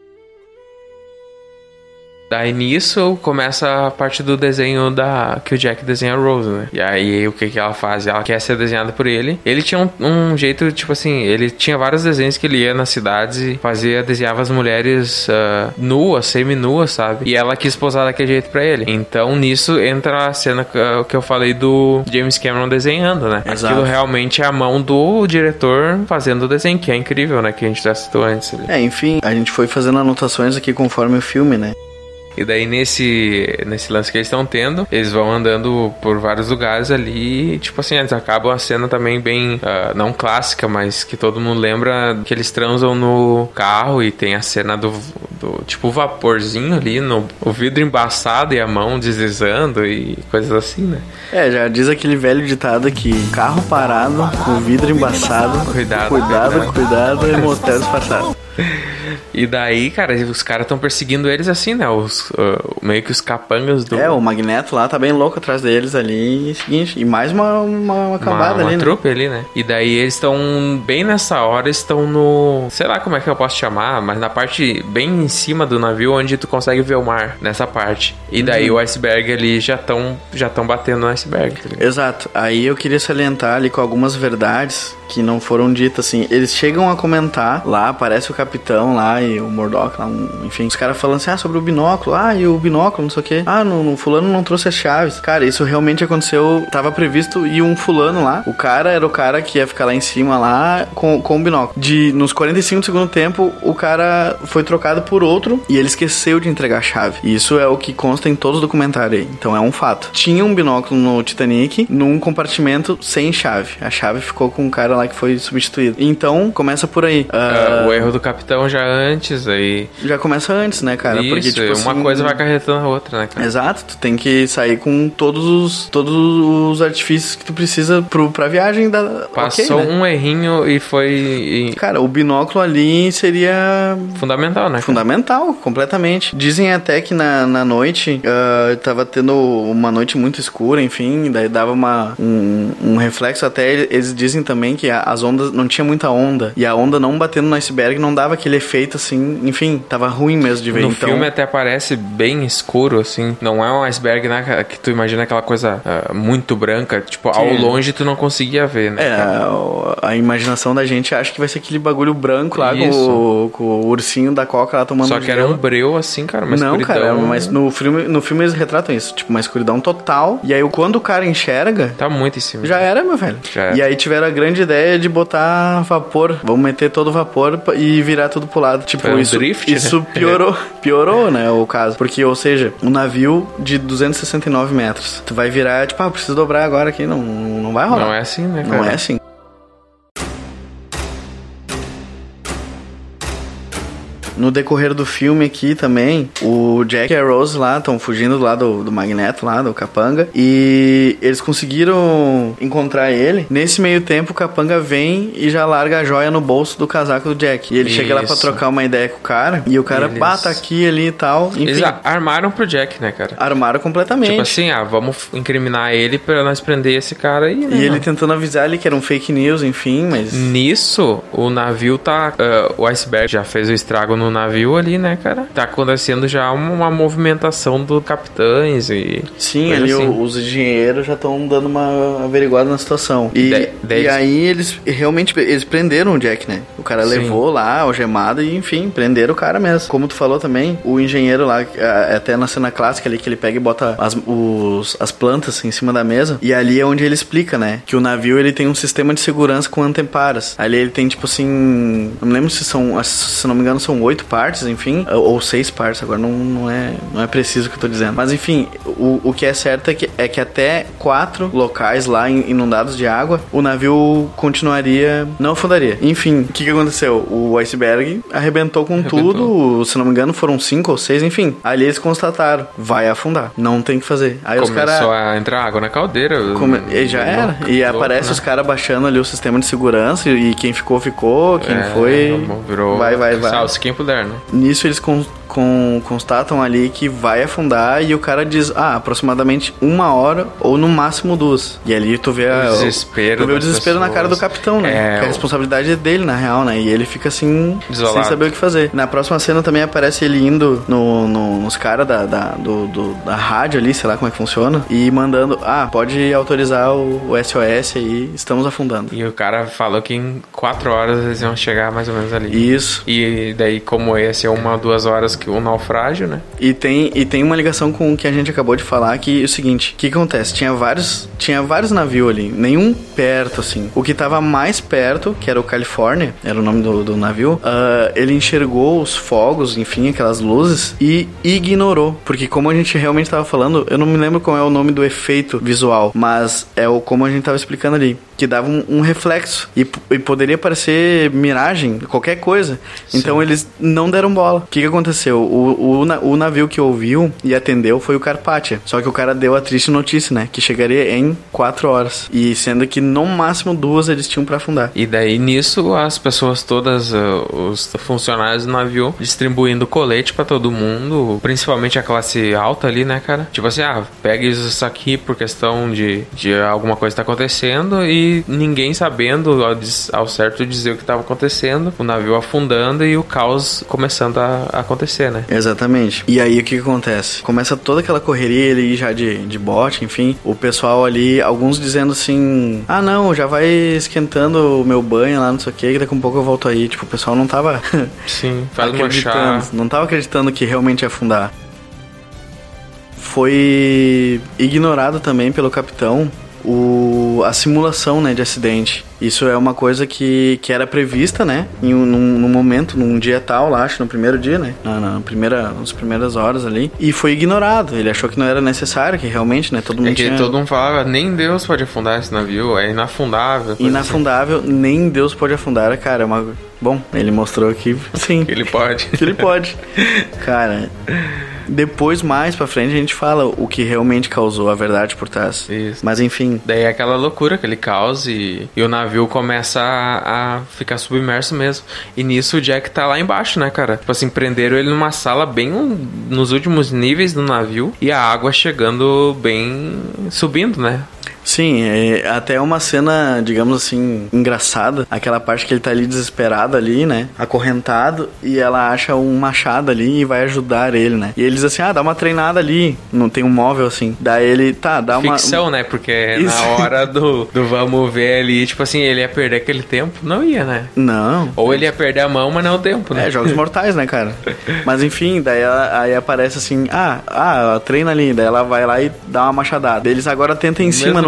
Daí nisso começa a parte do desenho da que o Jack desenha a Rose, né? E aí o que que ela faz? Ela quer ser desenhada por ele. Ele tinha um, um jeito, tipo assim, ele tinha vários desenhos que ele ia nas cidades e fazia, desenhava as mulheres uh, nuas, semi-nuas, sabe? E ela quis posar daquele jeito pra ele. Então nisso entra a cena que, uh, que eu falei do James Cameron desenhando, né? Exato. Aquilo realmente é a mão do diretor fazendo o desenho, que é incrível, né? Que a gente já citou antes ali. É, enfim, a gente foi fazendo anotações aqui conforme o filme, né? E daí nesse, nesse lance que eles estão tendo, eles vão andando por vários lugares ali, tipo assim, eles acabam a cena também bem, uh, não clássica, mas que todo mundo lembra que eles transam no carro e tem a cena do, do tipo, vaporzinho ali, no, o vidro embaçado e a mão deslizando e coisas assim, né? É, já diz aquele velho ditado que carro parado, com vidro embaçado, cuidado, cuidado, cuidado, cuidado é motel disfarçado. E daí, cara, os caras estão perseguindo eles assim, né? Os, uh, meio que os capangas do... É, o Magneto lá tá bem louco atrás deles ali. E seguinte, e mais uma, uma, uma cambada uma, ali, uma trupe ali, né? E daí eles estão, bem nessa hora, estão no... Sei lá como é que eu posso chamar, mas na parte bem em cima do navio, onde tu consegue ver o mar, nessa parte. E daí uhum. o iceberg ali já estão já tão batendo no iceberg. Tá? Exato. Aí eu queria salientar ali com algumas verdades que não foram ditas, assim. Eles chegam a comentar lá, aparece o capitão lá e o Murdoch lá, um, enfim, os caras falando assim, ah, sobre o binóculo, ah, e o binóculo, não sei o que, ah, no, no fulano não trouxe as chaves. Cara, isso realmente aconteceu, tava previsto, e um fulano lá, o cara era o cara que ia ficar lá em cima lá com, com o binóculo. De, nos quarenta e cinco do segundo tempo, o cara foi trocado por outro e ele esqueceu de entregar a chave. E isso é o que consta em todos os documentários aí, então é um fato. Tinha um binóculo no Titanic, num compartimento sem chave. A chave ficou com o cara lá que foi substituído. Então, começa por aí. Uh, uh, o erro do capitão já antes, aí... Já começa antes, né, cara? Isso, porque, tipo, uma assim, coisa vai acarretando a outra, né, cara? Exato, tu tem que sair com todos os, todos os artifícios que tu precisa pro, pra viagem da... Passou okay, né? um errinho e foi... E... Cara, o binóculo ali seria... Fundamental, né? Cara? Fundamental, completamente. Dizem até que na, na noite, uh, tava tendo uma noite muito escura, enfim, daí dava uma, um, um reflexo. Até eles dizem também que as ondas, não tinha muita onda, e a onda não batendo no iceberg não dava aquele efeito assim, enfim, tava ruim mesmo de ver. No então... filme até parece bem escuro, assim, não é um iceberg, né, que tu imagina aquela coisa uh, muito branca, tipo, Sim. ao longe tu não conseguia ver, né? É, a, a imaginação da gente acha que vai ser aquele bagulho branco lá com o, com o ursinho da Coca lá tomando Só que era um breu assim, cara, uma não, escuridão. Cara, mas no filme, no filme eles retratam isso, tipo, uma escuridão total, e aí quando o cara enxerga... Tá muito em cima. Já era, meu velho. Já era. E aí tiveram a grande ideia de botar vapor, vamos meter todo o vapor e virar tudo pro lado. Tipo, um isso, drift, isso né? piorou, piorou, né, o caso. Porque, ou seja, um navio de duzentos e sessenta e nove metros, tu vai virar, tipo, ah, preciso dobrar agora aqui, não, não vai rolar. Não é assim, né, cara? Não é assim. no decorrer do filme aqui também, o Jack e a Rose lá estão fugindo lá do, do Magneto, lá do Capanga, e eles conseguiram encontrar ele. Nesse meio tempo, o Capanga vem e já larga a joia no bolso do casaco do Jack. E ele Isso. chega lá pra trocar uma ideia com o cara, e o cara, eles... pá, tá aqui, ali e tal. Enfim. Eles armaram pro Jack, né, cara? Armaram completamente. Tipo assim, ah, vamos incriminar ele pra nós prender esse cara aí, né? E ele tentando avisar ali que era um fake news, enfim, mas... Nisso, o navio tá... Uh, o iceberg já fez o estrago no navio ali, né, cara? Tá acontecendo já uma, uma movimentação do capitães e... Sim, ali assim. o, os engenheiros já estão dando uma averiguada na situação. E, de, de e aí eles realmente... Eles prenderam o Jack, né? O cara Sim. levou lá, algemado e, enfim, prenderam o cara mesmo. Como tu falou também, o engenheiro lá, até na cena clássica ali, que ele pega e bota as, os, as plantas em cima da mesa, e ali é onde ele explica, né? Que o navio, ele tem um sistema de segurança com anteparas. Ali ele tem, tipo assim... Não me lembro se são... Se não me engano, são oito partes, enfim. Ou seis partes, agora não, não, é, não é preciso o que eu tô dizendo. Mas, enfim, o, o que é certo é que, é que até quatro locais lá inundados de água, o navio continuaria... Não afundaria. Enfim, o que que aconteceu? O iceberg arrebentou com arrebentou. tudo. Se não me engano, foram cinco ou seis, enfim. Ali eles constataram, vai afundar. Não tem o que fazer. Aí Começou os caras... a entrar água na caldeira. Come... E já era. Louco, e aparece louco, né? Os caras baixando ali o sistema de segurança e quem ficou, ficou. Quem é, foi... Virou... Vai, vai, vai. Salve, quem puder, né? Nisso eles con... Com, constatam ali que vai afundar e o cara diz, ah, aproximadamente uma hora ou no máximo duas. E ali tu vê, a, o desespero, tu vê o desespero na cara do capitão, né? É, que a responsabilidade é dele, na real, né? E ele fica assim, Isolado. sem saber o que fazer. Na próxima cena também aparece ele indo no, no, nos caras da, da, do, do, da rádio ali, sei lá como é que funciona, e mandando, ah, pode autorizar o, o S O S aí, estamos afundando. E o cara falou que em quatro horas eles iam chegar mais ou menos ali. Isso. E daí, como esse é uma, duas horas que o naufrágio, né? E tem, e tem uma ligação com o que a gente acabou de falar, que é o seguinte, o que acontece? Tinha vários, tinha vários navios ali, nenhum perto, assim. O que tava mais perto, que era o California, era o nome do, do navio, uh, ele enxergou os fogos, enfim, aquelas luzes, e ignorou. Porque como a gente realmente tava falando, eu não me lembro qual é o nome do efeito visual, mas é o como a gente tava explicando ali, que dava um, um reflexo, e, e poderia parecer miragem, qualquer coisa. Sim. Então eles não deram bola. O que que aconteceu? O, o, o navio que ouviu e atendeu foi o Carpathia. Só que o cara deu a triste notícia, né? Que chegaria em quatro horas. E sendo que no máximo duas eles tinham pra afundar. E daí nisso as pessoas todas, uh, os funcionários do navio, distribuindo colete pra todo mundo, principalmente a classe alta ali, né, cara? Tipo assim, ah, pegue isso aqui por questão de, de alguma coisa tá acontecendo, e ninguém sabendo ao, ao certo dizer o que tava acontecendo, o navio afundando e o caos começando a, a acontecer, né? Exatamente. E aí o que que acontece? Começa toda aquela correria ali já de, de bote, enfim. O pessoal ali, alguns dizendo assim, ah não, já vai esquentando o meu banho lá, não sei o que, que daqui a um pouco eu volto aí. Tipo, o pessoal não tava Sim, faz acreditando, não tava acreditando que realmente ia afundar. Foi ignorado também pelo capitão o, a simulação, né, de acidente. Isso é uma coisa que, que era prevista, né, em um, num, num momento, num dia tal, lá, acho, no primeiro dia, né, na, na primeira, nas primeiras horas ali, e foi ignorado. Ele achou que não era necessário, que realmente, né, todo mundo é que tinha... todo mundo falava, nem Deus pode afundar esse navio, é inafundável. Inafundável, assim. Nem Deus pode afundar, cara, é uma... Bom, ele mostrou que, sim. Que ele pode. Que ele pode. Cara... Depois, mais pra frente, a gente fala o que realmente causou a verdade por trás. Isso. Mas enfim. Daí é aquela loucura, aquele caos e, e o navio começa a, a ficar submerso mesmo. E nisso o Jack tá lá embaixo, né, cara? Tipo assim, prenderam ele numa sala bem nos últimos níveis do navio e a água chegando bem... subindo, né? Sim, é até uma cena, digamos assim, engraçada. Aquela parte que ele tá ali desesperado ali, né? Acorrentado. E ela acha um machado ali e vai ajudar ele, né? E ele diz assim, ah, dá uma treinada ali. Não tem um móvel assim. Daí ele, tá, dá uma... Ficção, né? Porque Isso. na hora do, do vamos ver ali, tipo assim, ele ia perder aquele tempo? Não ia, né? Não. Ou ele ia perder a mão, mas não o tempo, né? É, jogos mortais, né, cara? Mas enfim, daí ela, aí aparece assim, ah, ah, ela treina ali. Daí ela vai lá e dá uma machadada. Eles agora tentam em cima, no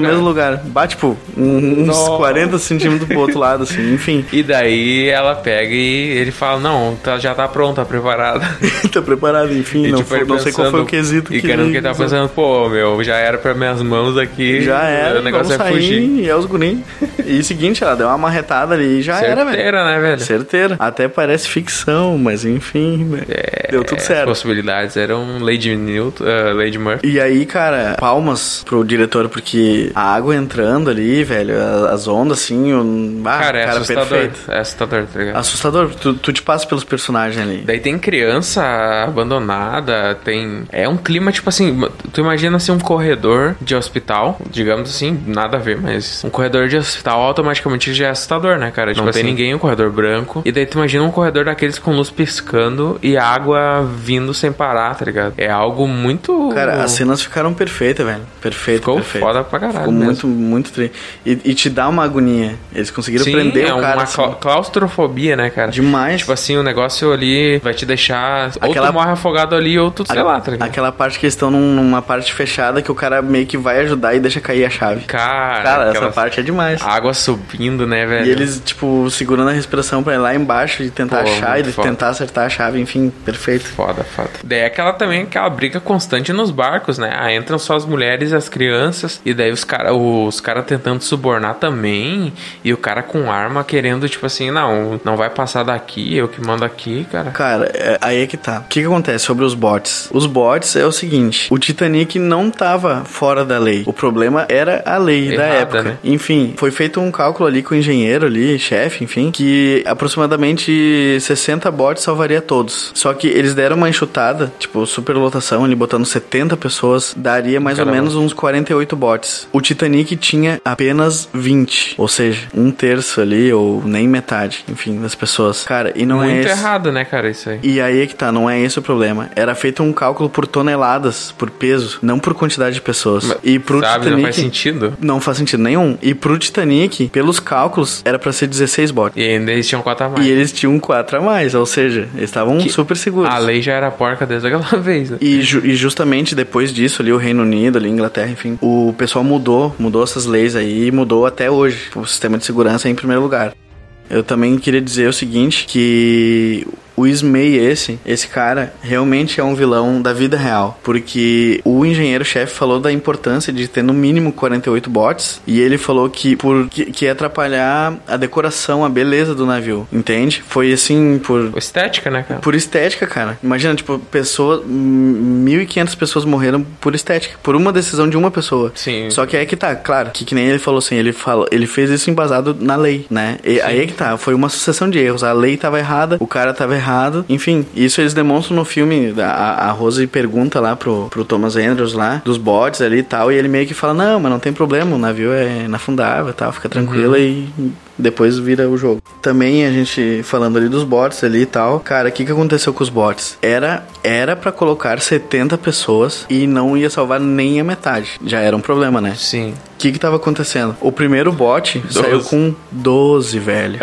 no mesmo lugar. Bate, tipo, uns Nossa. quarenta centímetros pro outro lado, assim, enfim. E daí ela pega e ele fala, não, tá, já tá pronto, tá preparado. Tá preparado, enfim, e, não, tipo, foi, não sei qual foi o quesito e que... E que ele tá pensando, pô, meu, já era pra minhas mãos aqui. Já era, o negócio é fugir. E é os gurinhos. E seguinte, ela deu uma marretada ali e já Certeira, era, velho. Certeira, né, velho? Certeira. Até parece ficção, mas enfim, é, deu tudo certo. As possibilidades eram Lady Newton, uh, Lady Murphy. E aí, cara, palmas pro diretor, porque a água entrando ali, velho, as ondas, assim, o... ah, cara, é cara, assustador. Perfeito. É assustador, tá ligado? Assustador, tu, tu te passa pelos personagens ali. Daí tem criança abandonada, tem... É um clima, tipo assim, tu imagina assim um corredor de hospital, digamos assim, nada a ver, mas um corredor de hospital automaticamente já é assustador, né, cara? Tipo, não assim, tem ninguém, um corredor branco. E daí tu imagina um corredor daqueles com luz piscando e água vindo sem parar, tá ligado? É algo muito... Cara, as cenas ficaram perfeitas, velho. Perfeito, Ficou perfeito. foda pra caralho. Ficou mesmo. muito, muito... Tri... E, e te dá uma agonia. Eles conseguiram Sim, prender é o cara. Uma assim. claustrofobia, né, cara? Demais. Tipo assim, o negócio ali vai te deixar... Aquela... Ou tu morre afogado ali, ou tu, sei a... lá, tá ligado? Aquela parte que eles estão numa parte fechada que o cara meio que vai ajudar e deixa cair a chave. Cara, cara essa parte é demais. Água subindo, né, velho? E eles, tipo, segurando a respiração pra ir lá embaixo e tentar Pô, achar e foda. tentar acertar a chave, enfim, perfeito. Foda, foda. Daí é aquela também, aquela briga constante nos barcos, né? Ah, entram só as mulheres e as crianças, e daí os caras os cara tentando subornar também, e o cara com arma querendo, tipo assim, não, não vai passar daqui, eu que mando aqui, cara. Cara, é, aí é que tá. O que que acontece sobre os bots? Os bots é o seguinte, o Titanic não tava fora da lei. O problema era a lei Errada, da época. Né? Enfim, foi feito um cálculo ali com o engenheiro ali, chefe, enfim, que aproximadamente sessenta bots salvaria todos. Só que eles deram uma enxutada, tipo, superlotação, ali botando setenta pessoas, daria mais Caramba. ou menos uns quarenta e oito bots. O Titanic tinha apenas vinte, ou seja, um terço ali, ou nem metade, enfim, das pessoas. Cara, e não Muito é Muito esse... errado, né, cara, isso aí. E aí é que tá, não é esse o problema. Era feito um cálculo por toneladas, por peso, não por quantidade de pessoas. Mas, e pro sabe, Titanic... não faz sentido. Não faz sentido nenhum. E pro Titanic, pelos cálculos, era pra ser dezesseis bots. E ainda eles tinham quatro a mais. E eles tinham quatro a mais, ou seja, eles estavam super seguros. A lei já era porca desde aquela vez, né? E, ju- e justamente depois disso, ali, o Reino Unido, ali, Inglaterra, enfim, o pessoal mudou, mudou essas leis aí e mudou até hoje. O sistema de segurança é em primeiro lugar. Eu também queria dizer o seguinte, que o Ismay esse, esse cara, realmente é um vilão da vida real, porque o engenheiro-chefe falou da importância de ter no mínimo quarenta e oito bots, e ele falou que, por, que, que ia atrapalhar a decoração, a beleza do navio, entende? Foi assim, por... Estética, né, cara? Por estética, cara. Imagina, tipo, pessoas, mil e quinhentas pessoas morreram por estética, por uma decisão de uma pessoa. Sim. Só que aí que tá, claro, que, que nem ele falou assim, ele, falou, ele fez isso embasado na lei, né? E aí é que tá, foi uma sucessão de erros, a lei tava errada, o cara tava errado, enfim, isso eles demonstram no filme. A, a Rose pergunta lá pro, pro Thomas Andrews lá, dos bots ali e tal, e ele meio que fala, não, mas não tem problema, o navio é inafundável e tal, fica tranquilo. Uhum. E depois vira o jogo. Também a gente falando ali dos bots ali e tal, cara, o que que aconteceu com os bots? Era, era pra colocar setenta pessoas e não ia salvar nem a metade. Já era um problema, né? Sim. O que que tava acontecendo? O primeiro bot doze. Saiu com doze, velho.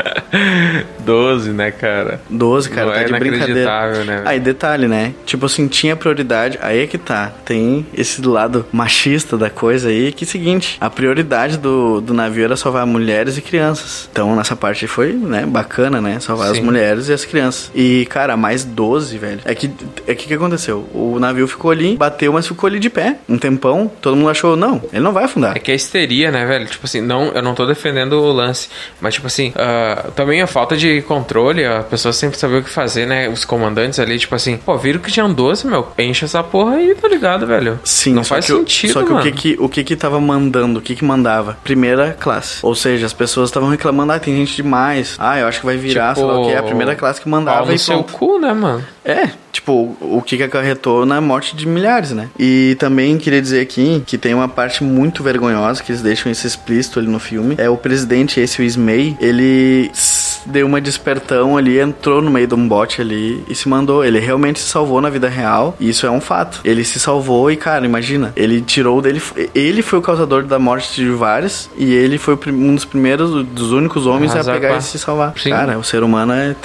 doze, né, cara? doze, cara, não tá é de brincadeira. Né? Aí, detalhe, né? Tipo assim, tinha prioridade. Aí é que tá. Tem esse lado machista da coisa aí, que é o seguinte, a prioridade do, do navio era salvar mulheres e crianças. Então, nessa parte foi, né, bacana, né? Salvar Sim. as mulheres e as crianças. E, cara, mais doze, velho. É que, é que que aconteceu? O navio ficou ali, bateu, mas ficou ali de pé. Um tempão, todo mundo achou, não, ele não vai afundar. É que a histeria, né, velho? Tipo assim, não, eu não tô defendendo o lance, mas tipo assim, uh, também a falta de controle, a pessoa sempre sabia o que fazer, né? Os comandantes ali, tipo assim, pô, viram que tinham doze, meu, enche essa porra aí, tá ligado, velho? Sim, não faz sentido, Só que mano. o que que, o que que tava mandando, o que que mandava? Primeira classe. Ou seja, as pessoas estavam reclamando, ah, tem gente demais, ah, eu acho que vai virar, tipo, sei lá o que, é a primeira classe que mandava pau no e seu pronto. cu, né, mano? É, tipo, o que que acarretou na morte de milhares, né? E também queria dizer aqui que tem uma parte muito vergonhosa, que eles deixam isso explícito ali no filme. É o presidente, esse o Ismay, ele deu uma despertão ali, entrou no meio de um bote ali e se mandou. Ele realmente se salvou na vida real, e isso é um fato. Ele se salvou e, cara, imagina, ele tirou dele... Ele foi o causador da morte de vários, e ele foi um dos primeiros, dos únicos homens Arrasar a pegar e se salvar. Sim. Cara, o ser humano é triste.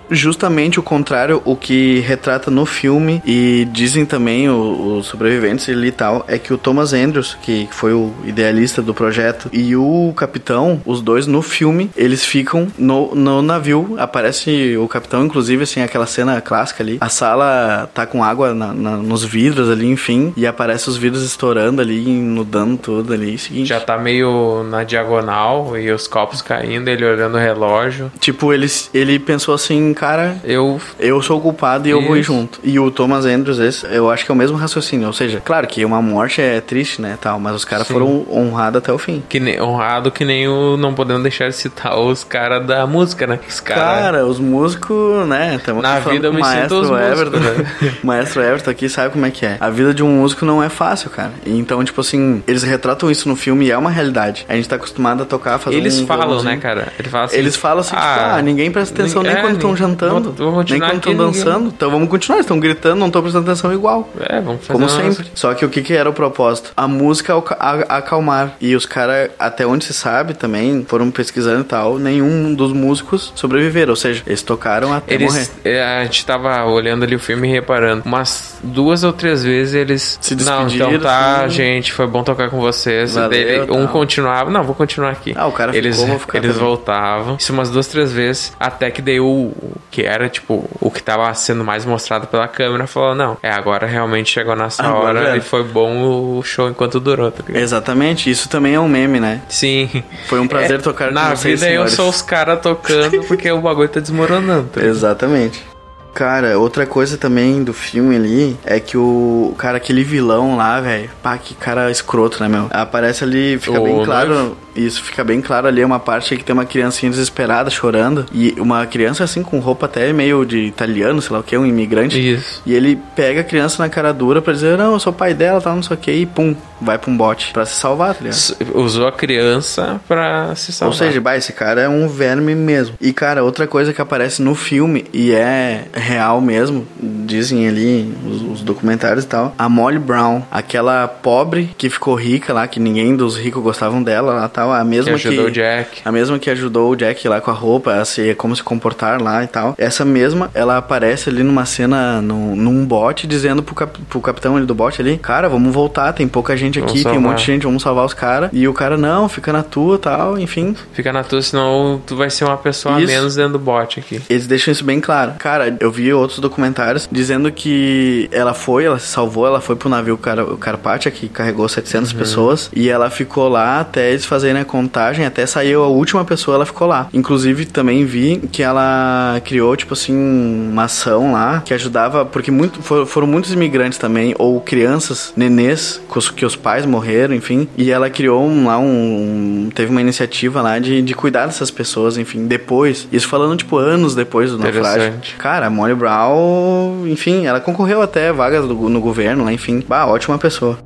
justamente o contrário, o que retrata no filme, e dizem também o- os sobreviventes ali e tal, é que o Thomas Andrews, que foi o idealista do projeto, e o capitão, os dois no filme, eles ficam no, no navio. Aparece o capitão, inclusive, assim, aquela cena clássica ali. A sala tá com água na- na- nos vidros ali, enfim, e aparece os vidros estourando ali, inundando tudo ali. Seguinte. Já tá meio na diagonal e os copos caindo, ele olhando o relógio. Tipo, ele, ele pensou assim, cara, Eu... eu sou o culpado e eu vou ir Isso. junto. E o Thomas Andrews, esse, eu acho que é o mesmo raciocínio. Ou seja, claro que uma morte é triste, né, tal, mas os caras Sim. foram honrados até o fim. Que nem, honrado que nem o... Não podendo deixar de citar os caras da música, né? Os caras... Cara, os músicos, né, tamo Na aqui falando vida eu com me o sinto Maestro os músicos, Everton. né? O Maestro Everton aqui sabe como é que é. A vida de um músico não é fácil, cara. Então, tipo assim, eles retratam isso no filme e é uma realidade. A gente tá acostumado a tocar, fazer Eles um falam, violãozinho. né, cara? Eles falam assim... Eles falam assim, tipo, ah, ninguém presta atenção nem é, quando estão ninguém- jantando, vou- vou nem continuar quando estão aqui, ninguém- dançando. Então vamos continuar, eles estão gritando, não estão prestando atenção igual. É, vamos fazer Como uma- sempre. Só que o que, que era o propósito? A música alca- a- acalmar. E os caras, até onde se sabe também, foram pesquisando e tal, nenhum dos músicos sobreviveram. Ou seja, eles tocaram até morrer. Eles, é, a gente tava olhando ali o filme e reparando, umas duas ou três vezes eles... Se Não, despediram, então tá, assim. gente, foi bom tocar com vocês. Valeu, Dele, um tal. continuava, não, vou continuar aqui. Ah, o cara eles, ficou, vou ficar Eles também. voltavam, isso umas duas, três vezes, até que daí o, o que era, tipo, o que tava sendo mais mostrado pela câmera, falou, não, é, agora realmente chegou nessa Agora hora era. e foi bom o show enquanto durou, tá ligado? Exatamente, isso também é um meme, né? Sim. Foi um prazer tocar com Na vocês, vida eu senhores. sou os caras tocando porque o bagulho tá desmoronando. Tá ligado? Exatamente. Cara, outra coisa também do filme ali é que o cara, aquele vilão lá, velho, pá, que cara escroto, né, meu? Aparece ali, fica O bem claro, noivo? isso, fica bem claro ali, uma parte que tem uma criancinha desesperada chorando, e uma criança assim com roupa até meio de italiano, sei lá o que, um imigrante. Isso. E ele pega a criança na cara dura pra dizer, não, eu sou o pai dela, tal, não sei o que, e pum, vai pra um bote pra se salvar, tá ligado? S- Usou a criança pra se salvar. Ou seja, bah, esse cara é um verme mesmo. E, cara, outra coisa que aparece no filme, e é real mesmo, dizem ali os, os documentários e tal, a Molly Brown, aquela pobre que ficou rica lá, que ninguém dos ricos gostavam dela lá tal, a mesma que que... ajudou o Jack. A mesma que ajudou o Jack lá com a roupa, a se, como se comportar lá e tal. Essa mesma, ela aparece ali numa cena, no, num bote, dizendo pro, cap, pro capitão ali do bote ali, cara, vamos voltar, tem pouca gente Vamos aqui, tem um salvar. monte de gente, vamos salvar os caras. E o cara, não, fica na tua tal, enfim. Fica na tua, senão tu vai ser uma pessoa a Isso. menos dentro do bot aqui. Eles deixam isso bem claro. Cara, eu vi outros documentários dizendo que ela foi, ela se salvou, ela foi pro navio Car o Carpathia, que carregou setecentas Uhum. pessoas, e ela ficou lá até eles fazerem a contagem, até saiu a última pessoa, ela ficou lá. Inclusive, também vi que ela criou, tipo assim, uma ação lá, que ajudava, porque muito, for, foram muitos imigrantes também, ou crianças, nenês, que os, que os pais morreram, enfim, e ela criou um, lá um, teve uma iniciativa lá de, de cuidar dessas pessoas, enfim, depois, isso falando, tipo, anos depois do naufrágio. Interessante. Cara, a Molly Brown, enfim, ela concorreu até vagas do, no governo lá, enfim. Bah, ótima pessoa.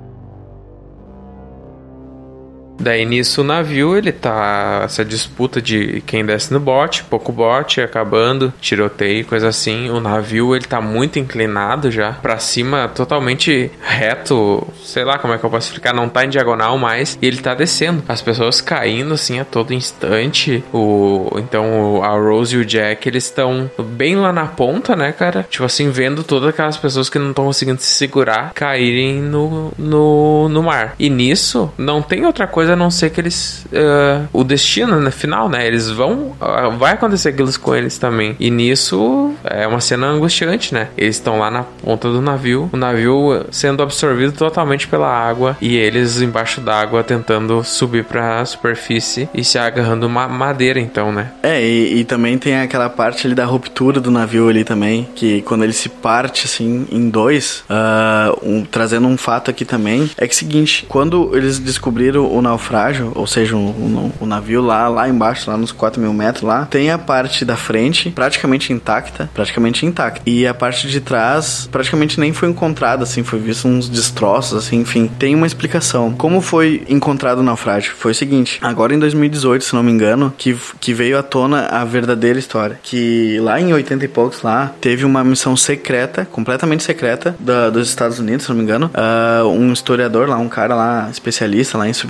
Daí nisso o navio, ele tá... Essa disputa de quem desce no bote, pouco bote, acabando, tiroteio, coisa assim. O navio, ele tá muito inclinado já, pra cima, totalmente reto, sei lá como é que eu posso explicar, não tá em diagonal mais, e ele tá descendo. As pessoas caindo, assim, a todo instante. O... Então, a Rose e o Jack, eles estão bem lá na ponta, né, cara? Tipo assim, vendo todas aquelas pessoas que não estão conseguindo se segurar caírem no, no, no mar. E nisso, não tem outra coisa a não ser que eles... Uh, o destino, no final, né? Eles vão... Uh, vai acontecer aquilo com eles também. E nisso, é uma cena angustiante, né? Eles estão lá na ponta do navio. O navio sendo absorvido totalmente pela água. E eles embaixo d'água tentando subir pra superfície e se agarrando uma madeira, então, né? É, e, e também tem aquela parte ali da ruptura do navio ali também, que quando ele se parte, assim, em dois, uh, um, trazendo um fato aqui também, é que é o seguinte, quando eles descobriram o naufrágio, ou seja, o, o, o navio lá, lá embaixo, lá nos quatro mil metros lá, tem a parte da frente praticamente intacta, praticamente intacta, e a parte de trás praticamente nem foi encontrada, assim, foi visto uns destroços, assim, enfim, tem uma explicação. Como foi encontrado o naufrágio? Foi o seguinte, agora em dois mil e dezoito, se não me engano, que, que veio à tona a verdadeira história, que lá em oitenta e poucos lá, teve uma missão secreta, completamente secreta, da, dos Estados Unidos, se não me engano, uh, um historiador lá, um cara lá, especialista lá em submarino,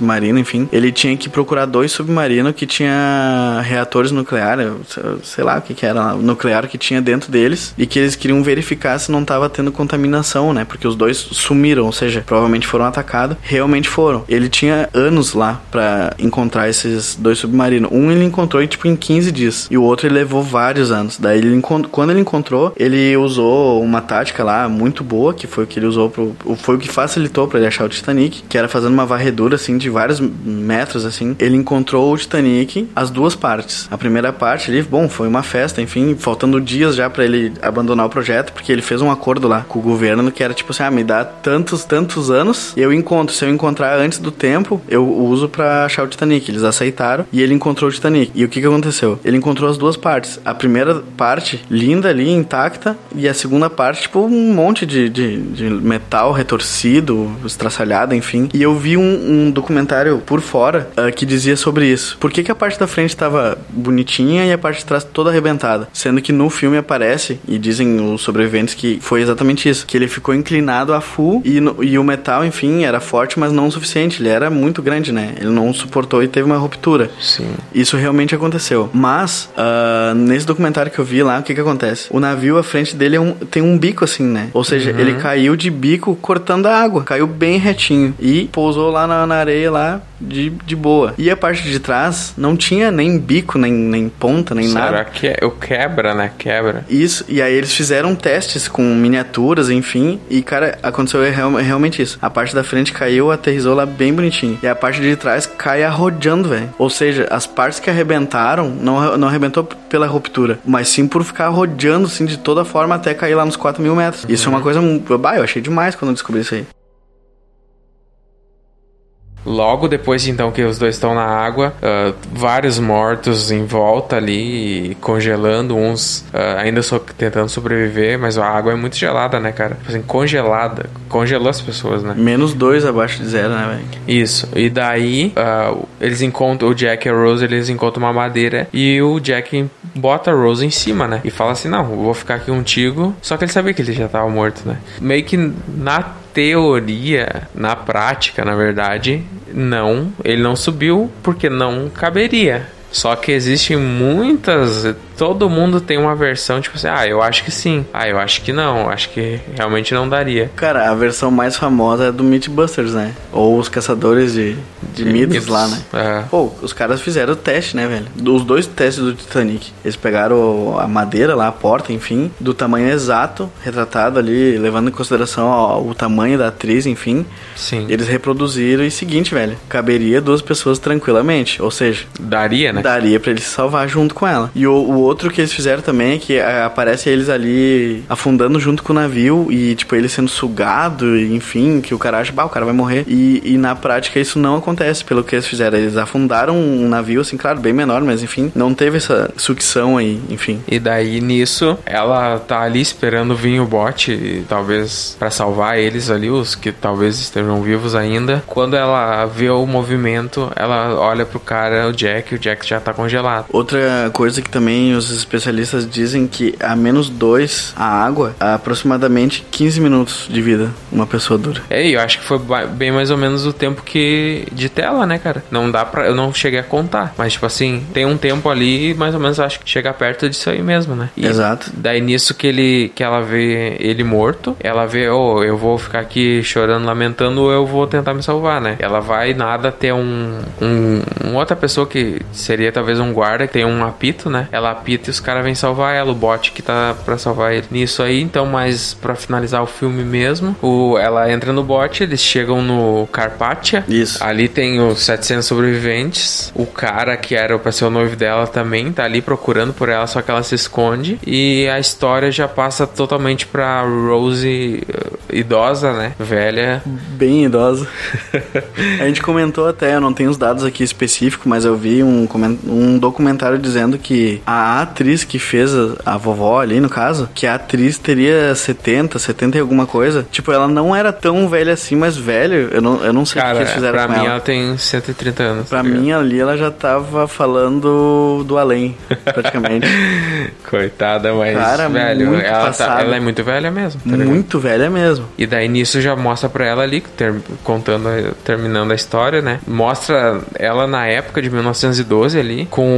enfim, ele tinha que procurar dois submarinos que tinha reatores nucleares, sei lá o que que era, nuclear que tinha dentro deles, e que eles queriam verificar se não tava tendo contaminação, né? Porque os dois sumiram, ou seja, provavelmente foram atacados. Realmente foram. Ele tinha anos lá pra encontrar esses dois submarinos. Um ele encontrou tipo em quinze dias, e o outro ele levou vários anos. Daí ele quando ele encontrou, ele usou uma tática lá muito boa, que foi o que ele usou pro, foi o que facilitou pra ele achar o Titanic, que era fazendo uma varredura assim de vários metros assim. Ele encontrou o Titanic, as duas partes. A primeira parte ali, bom, foi uma festa, enfim, faltando dias já pra ele abandonar o projeto, porque ele fez um acordo lá com o governo que era tipo assim, ah, me dá tantos, tantos anos, eu encontro, se eu encontrar antes do tempo, eu uso pra achar o Titanic. Eles aceitaram e ele encontrou o Titanic. E o que que aconteceu? Ele encontrou as duas partes. A primeira parte, linda ali, intacta, e a segunda parte, tipo, um monte de, de, de metal retorcido, estraçalhado, enfim. E eu vi um, um documentário por fora uh, que dizia sobre isso. Por que que a parte da frente tava bonitinha e a parte de trás toda arrebentada? Sendo que no filme aparece, e dizem os sobreviventes que foi exatamente isso, que ele ficou inclinado a full e, no, e o metal, enfim, era forte, mas não o suficiente. Ele era muito grande, né? Ele não suportou e teve uma ruptura. Sim. Isso realmente aconteceu. Mas, uh, nesse documentário que eu vi lá, o que que acontece? O navio, a frente dele é um, tem um bico assim, né? Ou seja, uhum. ele caiu de bico cortando a água. Caiu bem retinho. E pousou lá na, na areia lá de, de boa. E a parte de trás não tinha nem bico, nem, nem ponta, nem Será nada. Será que é? Eu quebra, né? Quebra. Isso. E aí eles fizeram testes com miniaturas, enfim. E, cara, aconteceu real, realmente isso. A parte da frente caiu, aterrissou lá bem bonitinho. E a parte de trás cai arrodeando, velho. Ou seja, as partes que arrebentaram, não, não arrebentou pela ruptura, mas sim por ficar rodeando, assim, de toda forma até cair lá nos quatro mil metros. Uhum. Isso é uma coisa... Bah, eu achei demais quando eu descobri isso aí. Logo depois, então, que os dois estão na água, uh, vários mortos em volta ali, congelando, uns uh, ainda so- tentando sobreviver, mas a água é muito gelada, né, cara? Assim, congelada. Congelou as pessoas, né? Menos dois abaixo de zero, né, velho? Isso. E daí, uh, eles encontram, o Jack e a Rose, eles encontram uma madeira e o Jack bota a Rose em cima, né? E fala assim, não, eu vou ficar aqui contigo. Só que ele sabia que ele já tava morto, né? Meio que na teoria, na prática, na verdade, não, ele não subiu porque não caberia. Só que existem muitas... Todo mundo tem uma versão, tipo assim, ah, eu acho que sim. Ah, eu acho que não. Acho que realmente não daria. Cara, a versão mais famosa é do Mythbusters, né? Ou os caçadores de, de, de mitos, mitos lá, né? É. Pô, os caras fizeram o teste, né, velho? Os dois testes do Titanic. Eles pegaram a madeira lá, a porta, enfim, do tamanho exato, retratado ali, levando em consideração ó, o tamanho da atriz, enfim. Sim. Eles reproduziram e seguinte, velho, caberia duas pessoas tranquilamente. Ou seja... Daria, né? Daria pra eles se salvar junto com ela. E o, o outro que eles fizeram também é que a, aparece eles ali afundando junto com o navio e, tipo, ele sendo sugado, enfim, que o cara acha, bah, o cara vai morrer. E, e na prática isso não acontece pelo que eles fizeram. Eles afundaram um navio, assim, claro, bem menor, mas enfim, não teve essa sucção aí, enfim. E daí, nisso, ela tá ali esperando vir o bote, talvez pra salvar eles ali, os que talvez estejam vivos ainda. Quando ela vê o movimento, ela olha pro cara, o Jack, o Jack já tá congelado. Outra coisa que também os especialistas dizem que a menos dois a água, há aproximadamente quinze minutos de vida uma pessoa dura. É, eu acho que foi bem mais ou menos o tempo que de tela, né, cara? Não dá pra... Eu não cheguei a contar, mas tipo assim, tem um tempo ali, mais ou menos acho que chega perto disso aí mesmo, né? E exato. Daí nisso que ele que ela vê ele morto, ela vê, oh, eu vou ficar aqui chorando, lamentando, ou eu vou tentar me salvar, né? Ela vai nada até um, um, um outra pessoa que seria talvez um guarda, que tem um apito, né? Ela apita e os caras vêm salvar ela, o bot que tá pra salvar ele. Nisso aí, então, mas pra finalizar o filme mesmo, o, ela entra no bot, eles chegam no Carpathia. Isso. Ali tem os setecentos sobreviventes. O cara que era pra ser o noivo dela também tá ali procurando por ela, só que ela se esconde. E a história já passa totalmente pra Rose uh, idosa, né? Velha. Bem idosa. A gente comentou até, eu não tenho os dados aqui específicos, mas eu vi um comentário coment... um documentário dizendo que a atriz que fez a, a vovó ali, no caso, que a atriz teria setenta, setenta e alguma coisa. Tipo, ela não era tão velha assim, mas velho, eu não, eu não sei o que eles fizeram pra com mim ela. ela tem cento e trinta anos. Pra tá mim ali ela já tava falando do além, praticamente. Coitada, mas Cara, velho, muito ela, tá, ela é muito velha mesmo. Tá muito velha mesmo. E daí nisso já mostra pra ela ali, ter, contando, terminando a história, né? Mostra ela na época de mil novecentos e doze ali, com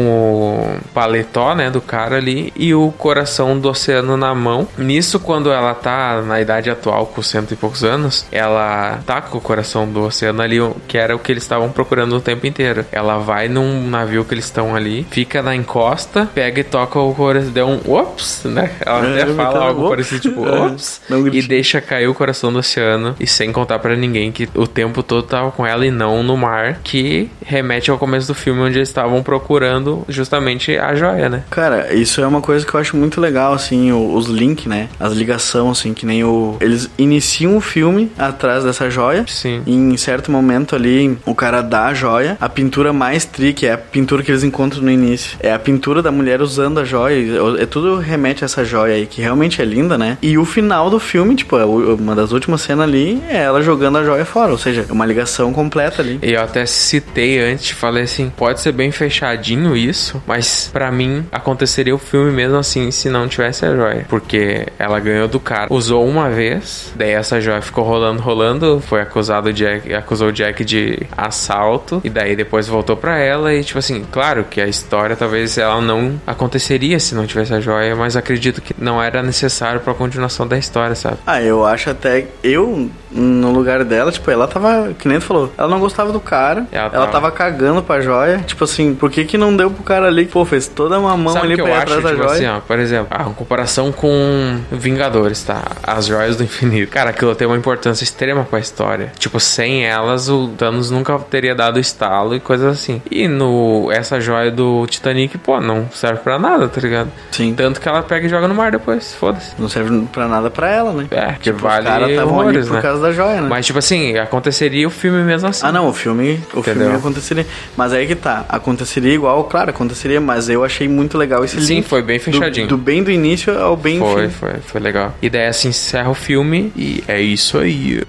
o paletó, né, do cara ali, e o coração do oceano na mão. Nisso, quando ela tá na idade atual, com cento e poucos anos, ela tá com o coração do oceano ali, que era o que eles estavam procurando o tempo inteiro. Ela vai num navio que eles estão ali, fica na encosta, pega e toca o coração, deu um ops, né? Ela é, até fala algo ops. parecido, tipo, ops, e deixa cair o coração do oceano, e sem contar pra ninguém que o tempo todo tava com ela e não no mar, que remete ao começo do filme, onde eles estavam procurando justamente a joia, né? Cara, isso é uma coisa que eu acho muito legal, assim, os links, né? As ligações, assim, que nem o... Eles iniciam o filme atrás dessa joia. Sim. E em certo momento ali, o cara dá a joia. A pintura mais tri, que é a pintura que eles encontram no início, é a pintura da mulher usando a joia. É tudo remete a essa joia aí, que realmente é linda, né? E o final do filme, tipo, uma das últimas cenas ali, é ela jogando a joia fora. Ou seja, uma ligação completa ali. E eu até citei antes, falei assim, pode ser bem fechadinho isso, mas pra mim aconteceria o filme mesmo assim se não tivesse a joia, porque ela ganhou do cara, usou uma vez, daí essa joia ficou rolando, rolando, foi acusado o Jack, acusou o Jack de assalto, e daí depois voltou pra ela, e tipo assim, claro que a história talvez ela não aconteceria se não tivesse a joia, mas acredito que não era necessário pra continuação da história, sabe? Ah, eu acho até, eu no lugar dela, tipo, ela tava, que nem tu falou, ela não gostava do cara, ela, ela tava... tava cagando pra joia, tipo assim, por que que não deu pro cara ali, pô, fez toda uma mão ali pra ir atrás da tipo joia? Assim, ó, por exemplo, ah, uma comparação com Vingadores, tá? As joias do infinito. Cara, aquilo tem uma importância extrema pra história. Tipo, sem elas, o Thanos nunca teria dado estalo e coisas assim. E no essa joia do Titanic, pô, não serve pra nada, tá ligado? Sim. Tanto que ela pega e joga no mar depois, foda-se. Não serve pra nada pra ela, né? É, que tipo, vale os caras estavam ali por né? causa da joia, né? Mas, tipo assim, aconteceria o filme mesmo assim. Ah, não, o filme, o Entendeu? filme aconteceria. Mas aí que tá, aconteceria igual, claro, aconteceria, mas eu achei muito legal esse Sim, link. foi bem fechadinho. Do, do bem do início ao bem Foi, fim. foi, foi legal. E daí assim encerra o filme e é isso aí.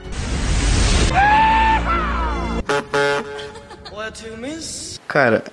Cara,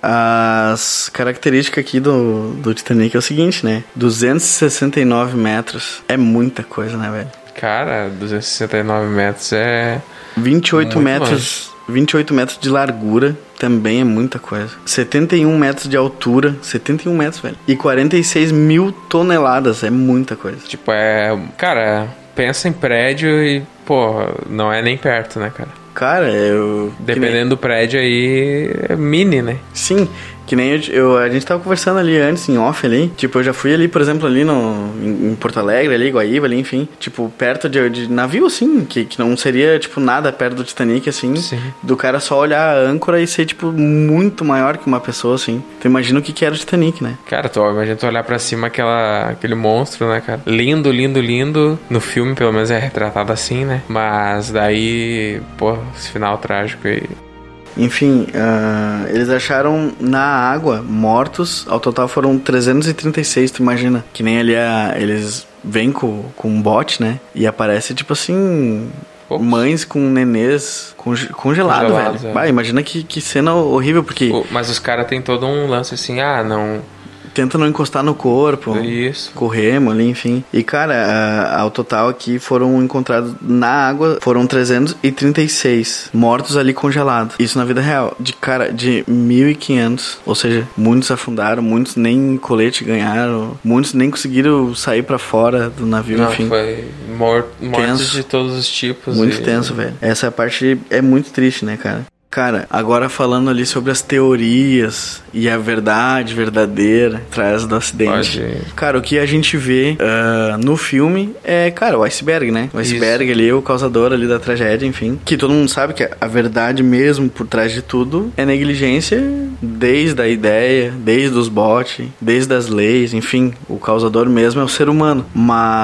as características aqui do, do Titanic é o seguinte, né? duzentos e sessenta e nove metros é muita coisa, né, velho? Cara, duzentos e sessenta e nove metros é... vinte e oito muito metros... Longe. vinte e oito metros de largura também é muita coisa. setenta e um metros de altura. setenta e um metros, velho. E quarenta e seis mil toneladas. É muita coisa. Tipo, é... Cara, pensa em prédio e... Pô, não é nem perto, né, cara? Cara, eu... Dependendo nem... do prédio aí, é mini, né? Sim, que nem eu, eu... A gente tava conversando ali antes, em off ali. Tipo, eu já fui ali, por exemplo, ali no... Em, em Porto Alegre, ali, Guaíba, ali, enfim. Tipo, perto de, de navio, assim. Que, que não seria, tipo, nada perto do Titanic, assim. Sim. Do cara só olhar a âncora e ser, tipo, muito maior que uma pessoa, assim. Tu imagina o que que era o Titanic, né? Cara, tu imagina tu olhar pra cima aquela, aquele monstro, né, cara? Lindo, lindo, lindo. No filme, pelo menos, é retratado assim, né? Mas daí, pô, esse final trágico aí. Enfim, uh, eles acharam na água mortos. Ao total foram trezentos e trinta e seis, tu imagina. Que nem ali a, eles vêm com, com um bote, né? E aparece tipo assim... Ops. Mães com nenês conge- congelado, Congelados, velho. É. Bah, imagina que, que cena horrível, porque... O, mas os caras têm todo um lance assim, ah, não... Tenta não encostar no corpo. Isso. Corremos ali, enfim. E, cara, a, ao total aqui foram encontrados na água, foram trezentos e trinta e seis mortos ali congelados. Isso na vida real. De, cara, de mil e quinhentos. Ou seja, muitos afundaram, muitos nem colete ganharam, muitos nem conseguiram sair pra fora do navio, não, enfim. Foi mor- mortes de todos os tipos. Muito e... tenso, velho. Essa parte é muito triste, né, cara? Cara, agora falando ali sobre as teorias e a verdade verdadeira atrás do acidente. Pode. Cara, o que a gente vê uh, no filme é, cara, o iceberg, né? O iceberg Isso. ali, o causador ali da tragédia, enfim. Que todo mundo sabe que a verdade mesmo por trás de tudo é negligência desde a ideia, desde os botes, desde as leis, enfim. O causador mesmo é o ser humano. Mas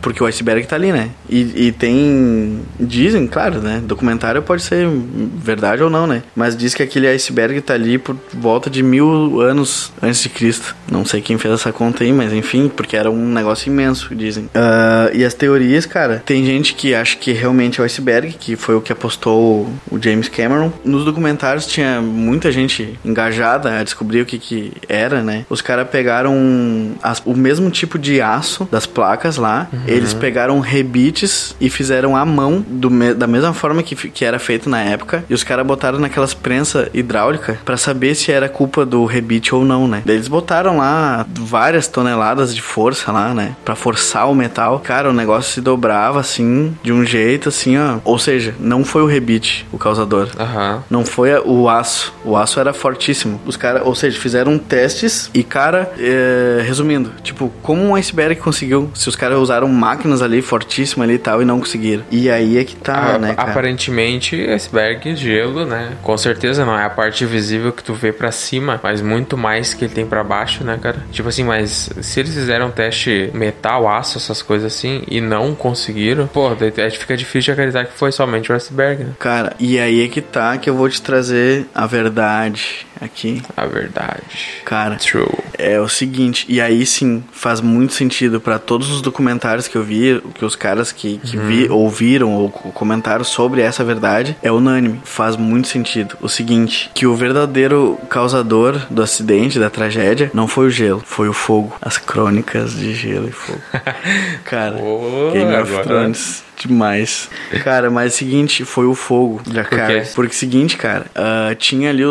porque o iceberg tá ali, né? E, e tem... Dizem, claro, né? Documentário pode ser verdade ou não, né? Mas diz que aquele iceberg tá ali por volta de mil anos antes de Cristo. Não sei quem fez essa conta aí, mas enfim, porque era um negócio imenso, dizem. Uh, e as teorias, cara, tem gente que acha que realmente é o iceberg, que foi o que apostou o James Cameron. Nos documentários tinha muita gente engajada a descobrir o que que era, né? Os caras pegaram as, o mesmo tipo de aço das placas lá, uhum. Eles pegaram rebites e fizeram à mão, do me, da mesma forma que, que era feito na época, e os caras botaram naquelas prensas hidráulicas pra saber se era culpa do rebite ou não, né? Daí eles botaram lá várias toneladas de força lá, né? Pra forçar o metal. Cara, o negócio se dobrava assim, de um jeito assim, ó. Ou seja, não foi o rebite o causador. Uhum. Não foi a, o aço. O aço era fortíssimo. Os caras, ou seja, fizeram testes e, cara, é, resumindo, tipo, como um iceberg conseguiu? Se os caras usaram máquinas ali fortíssimas ali e tal e não conseguiram. E aí é que tá, a, né, cara? Aparentemente, iceberg, gelo, né? Com certeza não é a parte visível que tu vê pra cima, mas muito mais que ele tem pra baixo, né, cara? Tipo assim, mas se eles fizeram um teste metal, aço, essas coisas assim, e não conseguiram, pô, daí fica difícil de acreditar que foi somente o iceberg, né? Cara, e aí é que tá que eu vou te trazer a verdade aqui. A verdade. Cara, True. É o seguinte, e aí sim, faz muito sentido pra todos os documentários que eu vi, que os caras que, que uhum. vi, ouviram ou comentaram sobre essa verdade, é unânime. Faz muito sentido. O seguinte, que o verdadeiro causador do acidente, da tragédia, não foi o gelo, foi o fogo. As crônicas de gelo e fogo. Cara, oh, Game agora... of Thrones... Demais. Cara, mas é o seguinte, foi o fogo da cara. Por Porque é o seguinte, cara, uh, tinha ali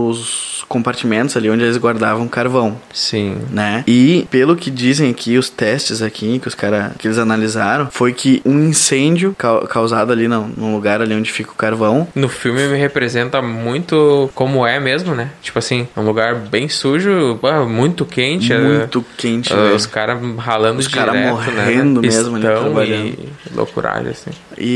os compartimentos ali onde eles guardavam carvão. Sim. Né? E pelo que dizem aqui, os testes aqui que os caras, que eles analisaram, foi que um incêndio ca- causado ali no, no lugar ali onde fica o carvão. No filme me representa muito como é mesmo, né? Tipo assim, um lugar bem sujo, muito quente. Muito uh, quente, uh, velho. Os caras ralando os direto, cara né? morrendo mesmo ali trabalhando. E loucuragem, assim.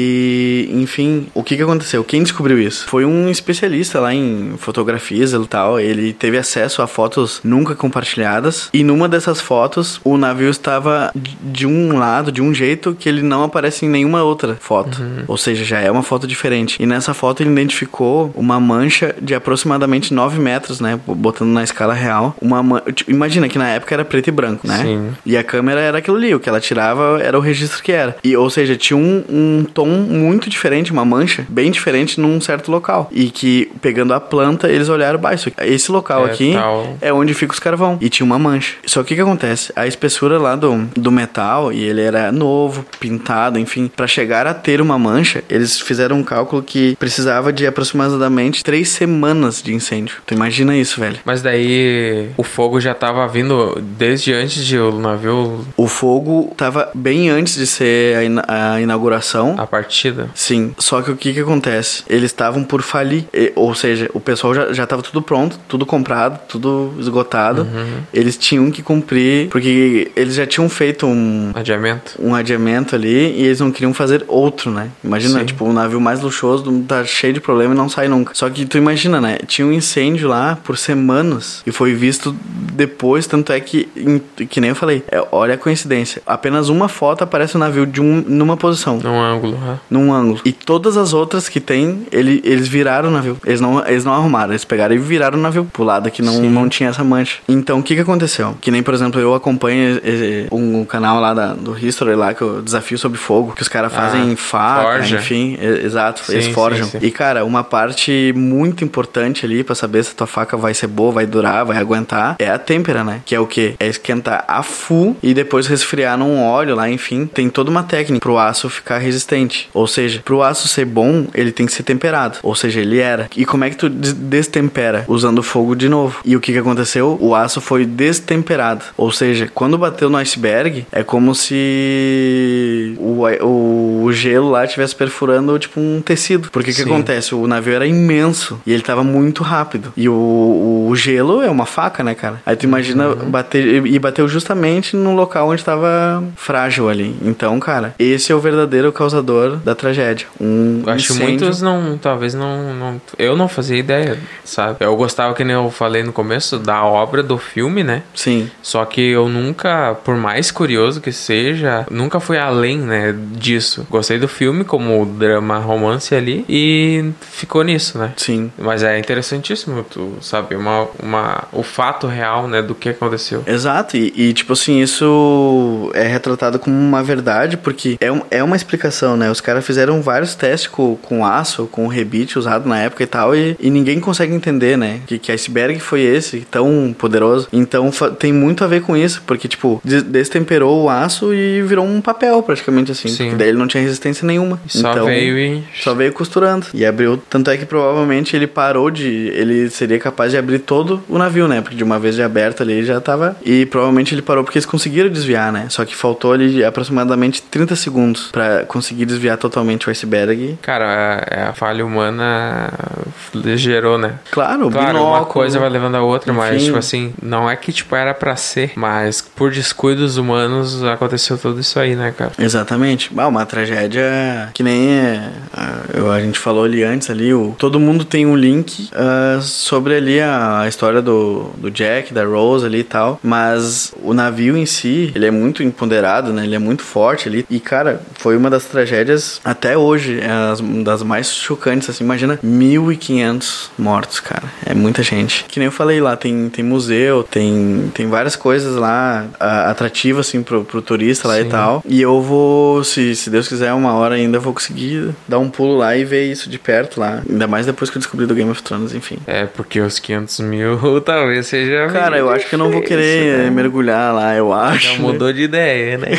E, enfim, o que que aconteceu? Quem descobriu isso? Foi um especialista lá em fotografias e tal. Ele teve acesso a fotos nunca compartilhadas. E numa dessas fotos, o navio estava de um lado, de um jeito que ele não aparece em nenhuma outra foto. Uhum. Ou seja, já é uma foto diferente. E nessa foto ele identificou uma mancha de aproximadamente nove metros, né? Botando na escala real. Uma man... Imagina que na época era preto e branco, né? Sim. E a câmera era aquilo ali. O que ela tirava era o registro que era. E, ou seja, tinha um, um tom muito diferente, uma mancha bem diferente num certo local. E que, pegando a planta, eles olharam, bah, isso aqui, esse local é aqui tal. é onde fica os carvão. E tinha uma mancha. Só que o que acontece? A espessura lá do, do metal, e ele era novo, pintado, enfim, pra chegar a ter uma mancha, eles fizeram um cálculo que precisava de aproximadamente três semanas de incêndio. Tu imagina isso, velho. Mas daí o fogo já tava vindo desde antes de o navio... O fogo tava bem antes de ser a, in- a inauguração. A partida? Sim. Só que o que que acontece? Eles estavam por falir. E, ou seja, o pessoal já, já tava tudo pronto, tudo comprado, tudo esgotado. Uhum. Eles tinham que cumprir, porque eles já tinham feito um... Adiamento. Um adiamento ali, e eles não queriam fazer outro, né? Imagina, Sim. tipo, o navio mais luxuoso tá cheio de problema e não sai nunca. Só que tu imagina, né? Tinha um incêndio lá por semanas e foi visto depois, tanto é que, em, que nem eu falei, é, olha a coincidência. Apenas uma foto aparece o navio de um, numa posição. Num ângulo, né? Num ângulo. E todas as outras que tem, ele, eles viraram o navio. Eles não, eles não arrumaram, eles pegaram e viraram o navio pro lado que não, não tinha essa mancha. Então, o que que aconteceu? Que nem, por exemplo, eu acompanho eh, um, um canal lá da, do History lá, que eu desafio sobre fogo, que os caras fazem ah, faca, forja. enfim. E, exato, Sim, eles forjam. sim, sim. E, cara, uma parte muito importante ali pra saber se a tua faca vai ser boa, vai durar, vai aguentar, é a têmpera, né? Que é o quê? É esquentar a full e depois resfriar num óleo lá, enfim. Tem toda uma técnica pro aço ficar resistente. Ou seja, pro aço ser bom, ele tem que ser temperado. Ou seja, ele era. E como é que tu des- destempera? Usando fogo de novo. E o que que aconteceu? O aço foi destemperado. Ou seja, quando bateu no iceberg, é como se o, o, o gelo lá estivesse perfurando, tipo, um tecido. Porque o que acontece? O navio era imenso e ele tava muito rápido. E o, o gelo é uma faca, né, cara? Aí tu imagina uhum. bater... E bateu justamente no local onde tava frágil ali. Então, cara, esse é o verdadeiro verdadeiro causador da tragédia. Um Eu acho que incêndio. muitos não, talvez não, não... Eu não fazia ideia, sabe? Eu gostava, que nem eu falei no começo, da obra, do filme, né? Sim. Só que eu nunca, por mais curioso que seja, nunca fui além, né, disso. Gostei do filme como drama romance ali e ficou nisso, né? Sim. Mas é interessantíssimo, tu sabe, uma, uma, o fato real, né, do que aconteceu. Exato, e, e tipo assim, isso é retratado como uma verdade, porque é, um, é uma explicação, né? Os caras fizeram vários testes com, com aço, com rebite usado na época e tal, e, e ninguém consegue entender, né? Que, que iceberg foi esse, tão poderoso. Então fa- tem muito a ver com isso, porque, tipo, des- destemperou o aço e virou um papel, praticamente assim. Sim. Porque daí ele não tinha resistência nenhuma. Só então, veio e... Só veio costurando. E abriu. Tanto é que provavelmente ele parou de. Ele seria capaz de abrir todo o navio, né? Porque de uma vez de aberto ali já tava. E provavelmente ele parou porque eles conseguiram desviar, né? Só que faltou ali aproximadamente trinta segundos pra conseguir desviar totalmente o iceberg. Cara, a, a falha humana gerou, né? Claro, Claro, binóculo, uma coisa vai levando a outra, mas, enfim. tipo assim, não é que, tipo, era pra ser, mas por descuidos humanos aconteceu tudo isso aí, né, cara? Exatamente. Ah, uma tragédia que nem é, a, eu- a gente falou ali antes ali, o, todo mundo tem um link ah, sobre ali a, a história do, do Jack, da Rose ali e tal, mas o navio em si, ele é muito empoderado, né? Ele é muito forte ali e, cara, foi uma das tragédias até hoje, é as, uma das mais chocantes, assim, imagina mil e quinhentos mortos, cara. É muita gente. Que nem eu falei lá, tem, tem museu, tem, tem várias coisas lá ah, atrativas, assim, pro, pro turista lá Sim. e tal. E eu vou, se, se Deus quiser, uma hora ainda eu vou conseguir dar um pulo lá e ver isso de perto lá. Ainda mais depois que eu descobri do Game of Thrones, enfim. É, porque os quinhentos mil talvez seja... Cara, eu acho que eu não vou querer né? mergulhar lá, eu acho. Já mudou de ideia, né?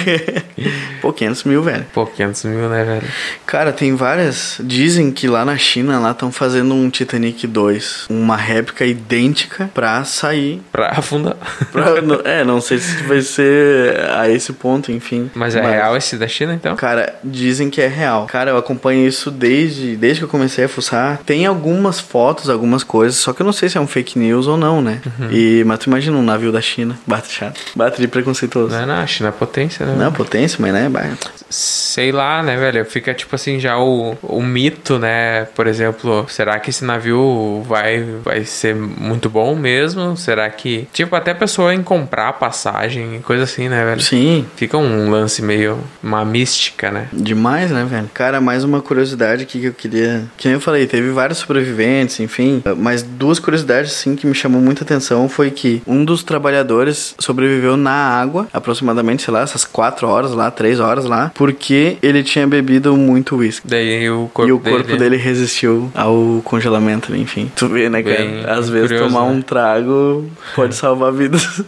Pô, quinhentos mil, velho. Pô, quinhentos mil, né, velho? Cara, tem várias. Dizem que lá na China, lá estão fazendo um Titanic dois. Uma réplica idêntica pra sair. Pra afundar. Pra- no- é, não sei se vai ser a esse ponto, enfim. Mas é real esse da China, então? Cara, dizem que é real. Cara, eu acompanho isso desde, desde que eu comecei a fuçar. Tem algumas fotos, algumas coisas, só que eu não sei se é um fake news ou não, né? Uhum. E, mas tu imagina um navio da China. Bate chato. Bate de preconceituoso. Não é, não, a China é potência, né? Não, potência, mas né? Bah. Sei lá, né, velho? Fica tipo assim já o, o mito, né? Por exemplo, será que esse navio vai, vai ser muito bom mesmo? Será que... Tipo, até a pessoa em comprar passagem, coisa assim, né, velho? Sim. Fica um lance meio... Uma mística, né? Demais, né, velho? Cara, mais uma curiosidade aqui que eu queria... Que nem eu falei, teve vários sobreviventes, enfim. Mas duas curiosidades, sim, que me chamou muita atenção foi que um dos trabalhadores sobreviveu na água, aproximadamente, sei lá, essas quatro horas lá, três horas lá, porque ele tinha bebido muito uísque. Daí o corpo E o corpo dele... dele resistiu ao congelamento, enfim. Tu vê, né, cara? Bem Às vezes curioso, tomar né? um trago pode salvar vidas.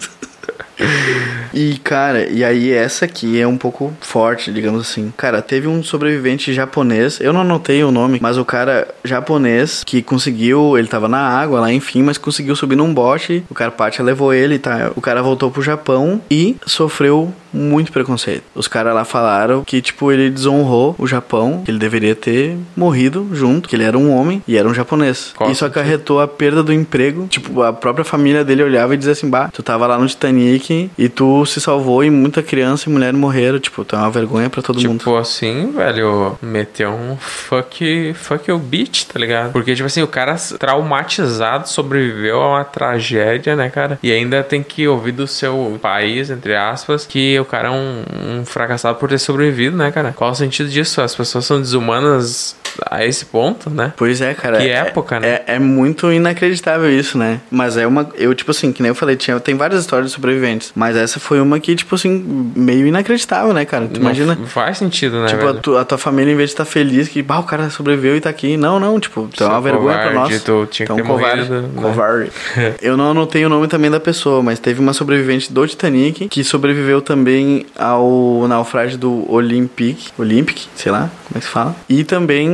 E, cara, e aí essa aqui é um pouco forte, digamos assim. Cara, teve um sobrevivente japonês, eu não anotei o nome, mas o cara japonês que conseguiu, ele tava na água lá, enfim, mas conseguiu subir num bote, o Carpathia levou ele, tá? O cara voltou pro Japão e sofreu muito preconceito. Os caras lá falaram que, tipo, ele desonrou o Japão, que ele deveria ter morrido junto, que ele era um homem e era um japonês. Qual Isso sentido? acarretou a perda do emprego. Tipo, a própria família dele olhava e dizia assim, bah, tu tava lá no Titanic e tu se salvou e muita criança e mulher morreram. Tipo, tu é uma vergonha pra todo mundo. Tipo assim, velho, meteu um fuck, fuck you bitch, tá ligado? Porque, tipo assim, o cara traumatizado sobreviveu a uma tragédia, né, cara? E ainda tem que ouvir do seu país, entre aspas, que o cara é um, um fracassado por ter sobrevivido, né, cara? Qual o sentido disso? As pessoas são desumanas a esse ponto, né? Pois é, cara. Que é, época, né? É, é muito inacreditável isso, né? Mas é uma... Eu, tipo assim, que nem eu falei, tinha, tem várias histórias de sobreviventes. Mas essa foi uma que, tipo assim, meio inacreditável, né, cara? Tu Não imagina... f- faz sentido, né, Tipo, a, velho? tu- a tua família, em vez de estar feliz que, bah, o cara sobreviveu e tá aqui. Não, não, tipo, tu é uma Seu vergonha pra covarde, nós. tu tinha que Tu é um ter covarde. morrido, né? Covarde. Eu não anotei o nome também da pessoa, mas teve uma sobrevivente do Titanic que sobreviveu também ao naufrágio do Olympic. Olympic, sei lá, como é que se fala. E também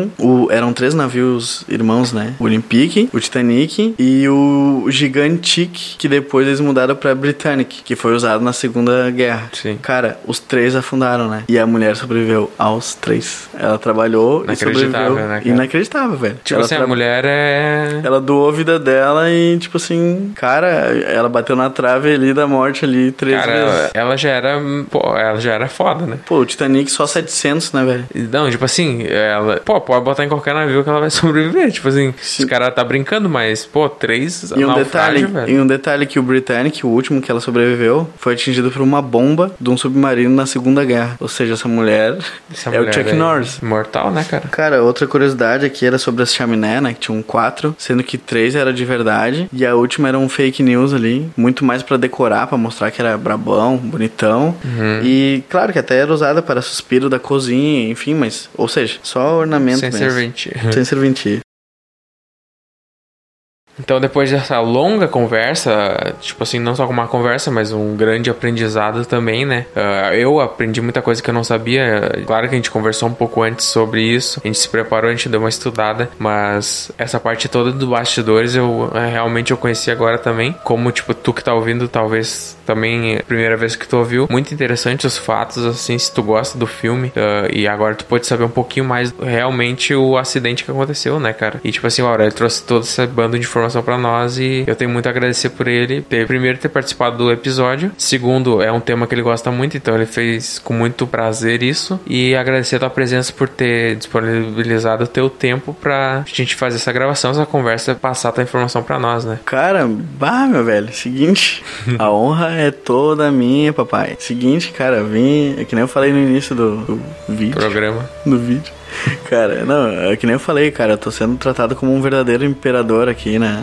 também. O, eram três navios irmãos, né? O Olympic, o Titanic e o Gigantic, que depois eles mudaram pra Britannic, que foi usado na Segunda Guerra. Sim. Cara, os três afundaram, né? E a mulher sobreviveu aos três. Ela trabalhou e sobreviveu. Né, cara? Inacreditável, velho. Tipo ela assim, tra... a mulher é... Ela doou a vida dela e, tipo assim, cara, ela bateu na trave ali da morte ali três cara, vezes. Ela, ela já era... Pô, ela já era foda, né? Pô, o Titanic só setecentos, né, velho? Não, tipo assim, ela... Pô, pode botar em qualquer navio que ela vai sobreviver. Tipo assim, esse cara tá brincando, mas, pô, três e um naufrágio, detalhe, velho. E um detalhe que o Britannic, o último que ela sobreviveu, foi atingido por uma bomba de um submarino na Segunda Guerra. Ou seja, essa mulher essa é mulher o Chuck é Norris. Imortal, né, cara? Cara, outra curiosidade aqui era sobre as chaminé, né, que tinham quatro, sendo que três era de verdade e a última era um fake news ali, muito mais pra decorar, pra mostrar que era brabão, bonitão. Uhum. E claro que até era usada para suspiro da cozinha, enfim, mas, ou seja, só ornamento Sem mesmo. serventia. Sem serventia. Então, depois dessa longa conversa, tipo assim, não só uma conversa, mas um grande aprendizado também, né? Uh, eu aprendi muita coisa que eu não sabia. Claro que a gente conversou um pouco antes sobre isso. A gente se preparou, a gente deu uma estudada. Mas essa parte toda do bastidores, eu realmente eu conheci agora também. Como, tipo, tu que tá ouvindo, talvez também é a primeira vez que tu ouviu. Muito interessante os fatos, assim, se tu gosta do filme. Uh, e agora tu pode saber um pouquinho mais realmente o acidente que aconteceu, né, cara? E, tipo assim, o Aurélio trouxe todo esse bando de informação pra nós e eu tenho muito a agradecer por ele ter, primeiro, ter participado do episódio, segundo, é um tema que ele gosta muito, então ele fez com muito prazer isso, e agradecer a tua presença por ter disponibilizado o teu tempo pra gente fazer essa gravação, essa conversa, passar a tua informação pra nós, né? Cara, bah, meu velho, seguinte, a honra é toda minha, papai. Seguinte, cara, vim, é que nem eu falei no início do, do vídeo. Programa. Do vídeo. Cara, não, é que nem eu falei, cara, eu tô sendo tratado como um verdadeiro imperador aqui, né?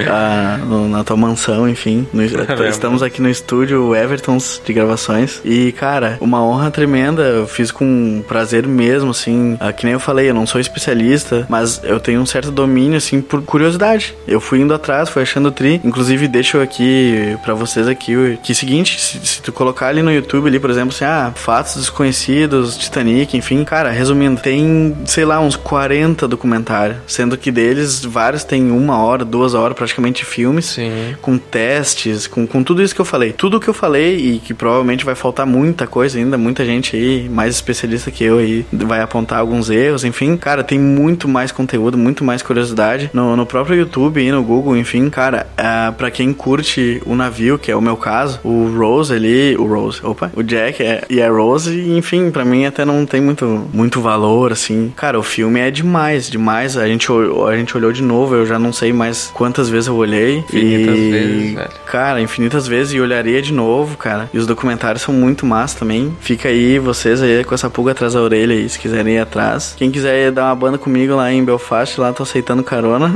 ah, no, na tua mansão, enfim. No, estamos aqui no estúdio Evertons de gravações. E, cara, uma honra tremenda. Eu fiz com prazer mesmo, assim. Ah, que nem eu falei, eu não sou especialista, mas eu tenho um certo domínio, assim, por curiosidade. Eu fui indo atrás, fui achando tri. Inclusive, deixo aqui pra vocês aqui que é o seguinte, se, se tu colocar ali no YouTube, ali, por exemplo, assim, ah, fatos desconhecidos, Titanic, enfim. Cara, resumindo, tem sei lá, uns quarenta documentários, sendo que deles, vários tem uma hora, duas horas praticamente filmes. Sim. Com testes, com, com tudo isso que eu falei. Tudo que eu falei e que provavelmente vai faltar muita coisa ainda, muita gente aí, mais especialista que eu aí, vai apontar alguns erros, enfim. Cara, tem muito mais conteúdo, muito mais curiosidade no, no próprio YouTube e no Google, enfim. Cara, uh, pra quem curte o navio, que é o meu caso, o Rose ali, o Rose, opa, o Jack é, e a Rose, enfim, pra mim até não tem muito, muito valor, assim. Cara, o filme é demais, demais. A gente, a gente olhou de novo, eu já não sei mais quantas vezes eu olhei. Infinitas e... vezes, velho. Cara, infinitas vezes, e olharia de novo, cara. E os documentários são muito massa também. Fica aí, vocês aí com essa pulga atrás da orelha aí, se quiserem ir atrás. Quem quiser dar uma banda comigo lá em Belfast, lá tô aceitando carona.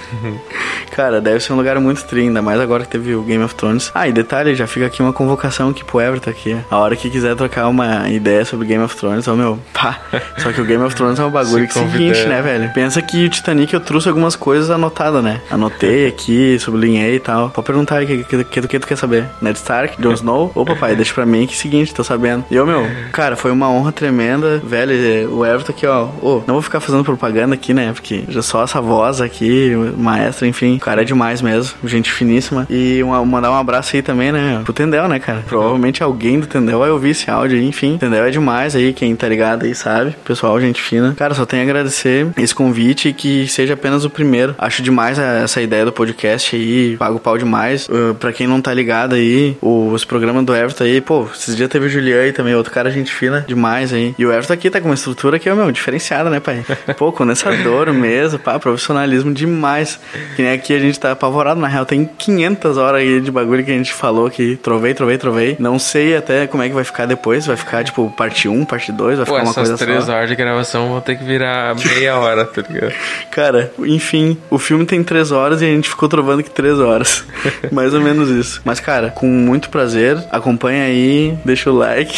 Cara, deve ser um lugar muito tri, ainda mais agora que teve o Game of Thrones. Ah, e detalhe, já fica aqui uma convocação aqui pro Everton aqui. A hora que quiser trocar uma ideia sobre Game of Thrones, ó, meu, pá. Só que o Game of Thrones é um bagulho que é o seguinte, né, velho? Pensa que o Titanic eu trouxe algumas coisas anotadas, né? Anotei aqui, sublinhei e tal. Pode perguntar aí o que, que, que, que tu quer saber. Ned Stark, Jon Snow? Ô, papai, deixa pra mim que é o seguinte, tô sabendo. E eu, meu, cara, foi uma honra tremenda, velho. O Everton aqui, ó. Ô, não vou ficar fazendo propaganda aqui, né? Porque já só essa voz aqui, maestra, enfim. O cara é demais mesmo. Gente finíssima. E uma, mandar um abraço aí também, né? Pro Tendel, né, cara? Provavelmente alguém do Tendel vai ouvir esse áudio aí, enfim. Tendel é demais aí, quem tá ligado aí sabe. Pessoal, gente fina. Cara, só tenho a agradecer esse convite e que seja apenas o primeiro. Acho demais essa ideia do podcast aí. Pago pau demais. Uh, pra quem não tá ligado aí, os programas do Everton aí, pô, esses dias teve o Julian aí também, outro cara gente fina demais aí. E o Everton aqui tá com uma estrutura que é, meu, diferenciada, né, pai? Pô, condensador mesmo, pá, profissionalismo demais. Que nem aqui a gente tá apavorado, na real, tem quinhentas horas aí de bagulho que a gente falou que trovei, trovei, trovei. Não sei até como é que vai ficar depois, vai ficar, tipo, parte um, parte dois, vai pô, ficar uma coisa essas só. três horas de gravação vão ter que virar meia hora, tá ligado? Cara, enfim, o filme tem três horas e a gente ficou trovando que três horas. Mais ou menos isso. Mas, cara, com muito prazer, acompanha aí, deixa o like.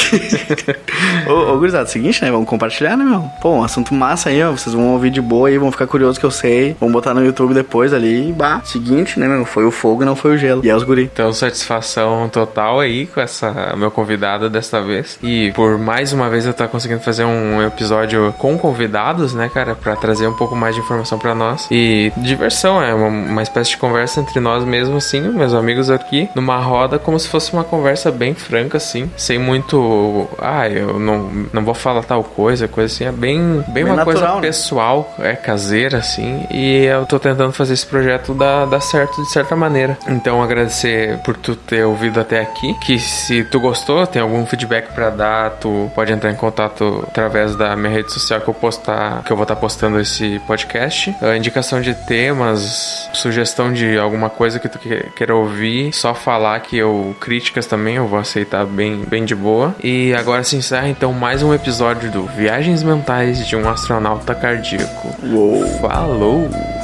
Ô, ô gurizada, seguinte, né? Vamos compartilhar, né, meu? Pô, um assunto massa aí, ó. Vocês vão ouvir de boa aí, vão ficar curiosos que eu sei. Vão botar no YouTube depois ali. Bah, seguinte, né, meu? Foi o fogo, não foi o gelo. E é os guri. Então, satisfação total aí com essa meu convidado desta vez. E por mais uma vez eu tô conseguindo fazer um episódio com convidados, né, cara, pra trazer um pouco mais de informação pra nós. E diversão, é uma, uma espécie de conversa entre nós mesmos, assim, meus amigos aqui, numa roda, como se fosse uma conversa bem franca, assim, sem muito, ah, eu não, não vou falar tal coisa, coisa assim, é bem, bem, bem uma natural, coisa pessoal, né? É caseira, assim, e eu tô tentando fazer esse projeto dar, dar certo de certa maneira. Então, agradecer por tu ter ouvido até aqui, que se tu gostou, tem algum feedback pra dar, tu pode entrar em contato através da minha rede social que eu postar, que eu vou estar postando esse podcast. A indicação de temas, sugestão de alguma coisa que tu queira ouvir, só falar que eu, críticas também eu vou aceitar bem, bem de boa. E agora se encerra então mais um episódio do Viagens Mentais de um Astronauta Cardíaco. Uou. Falou!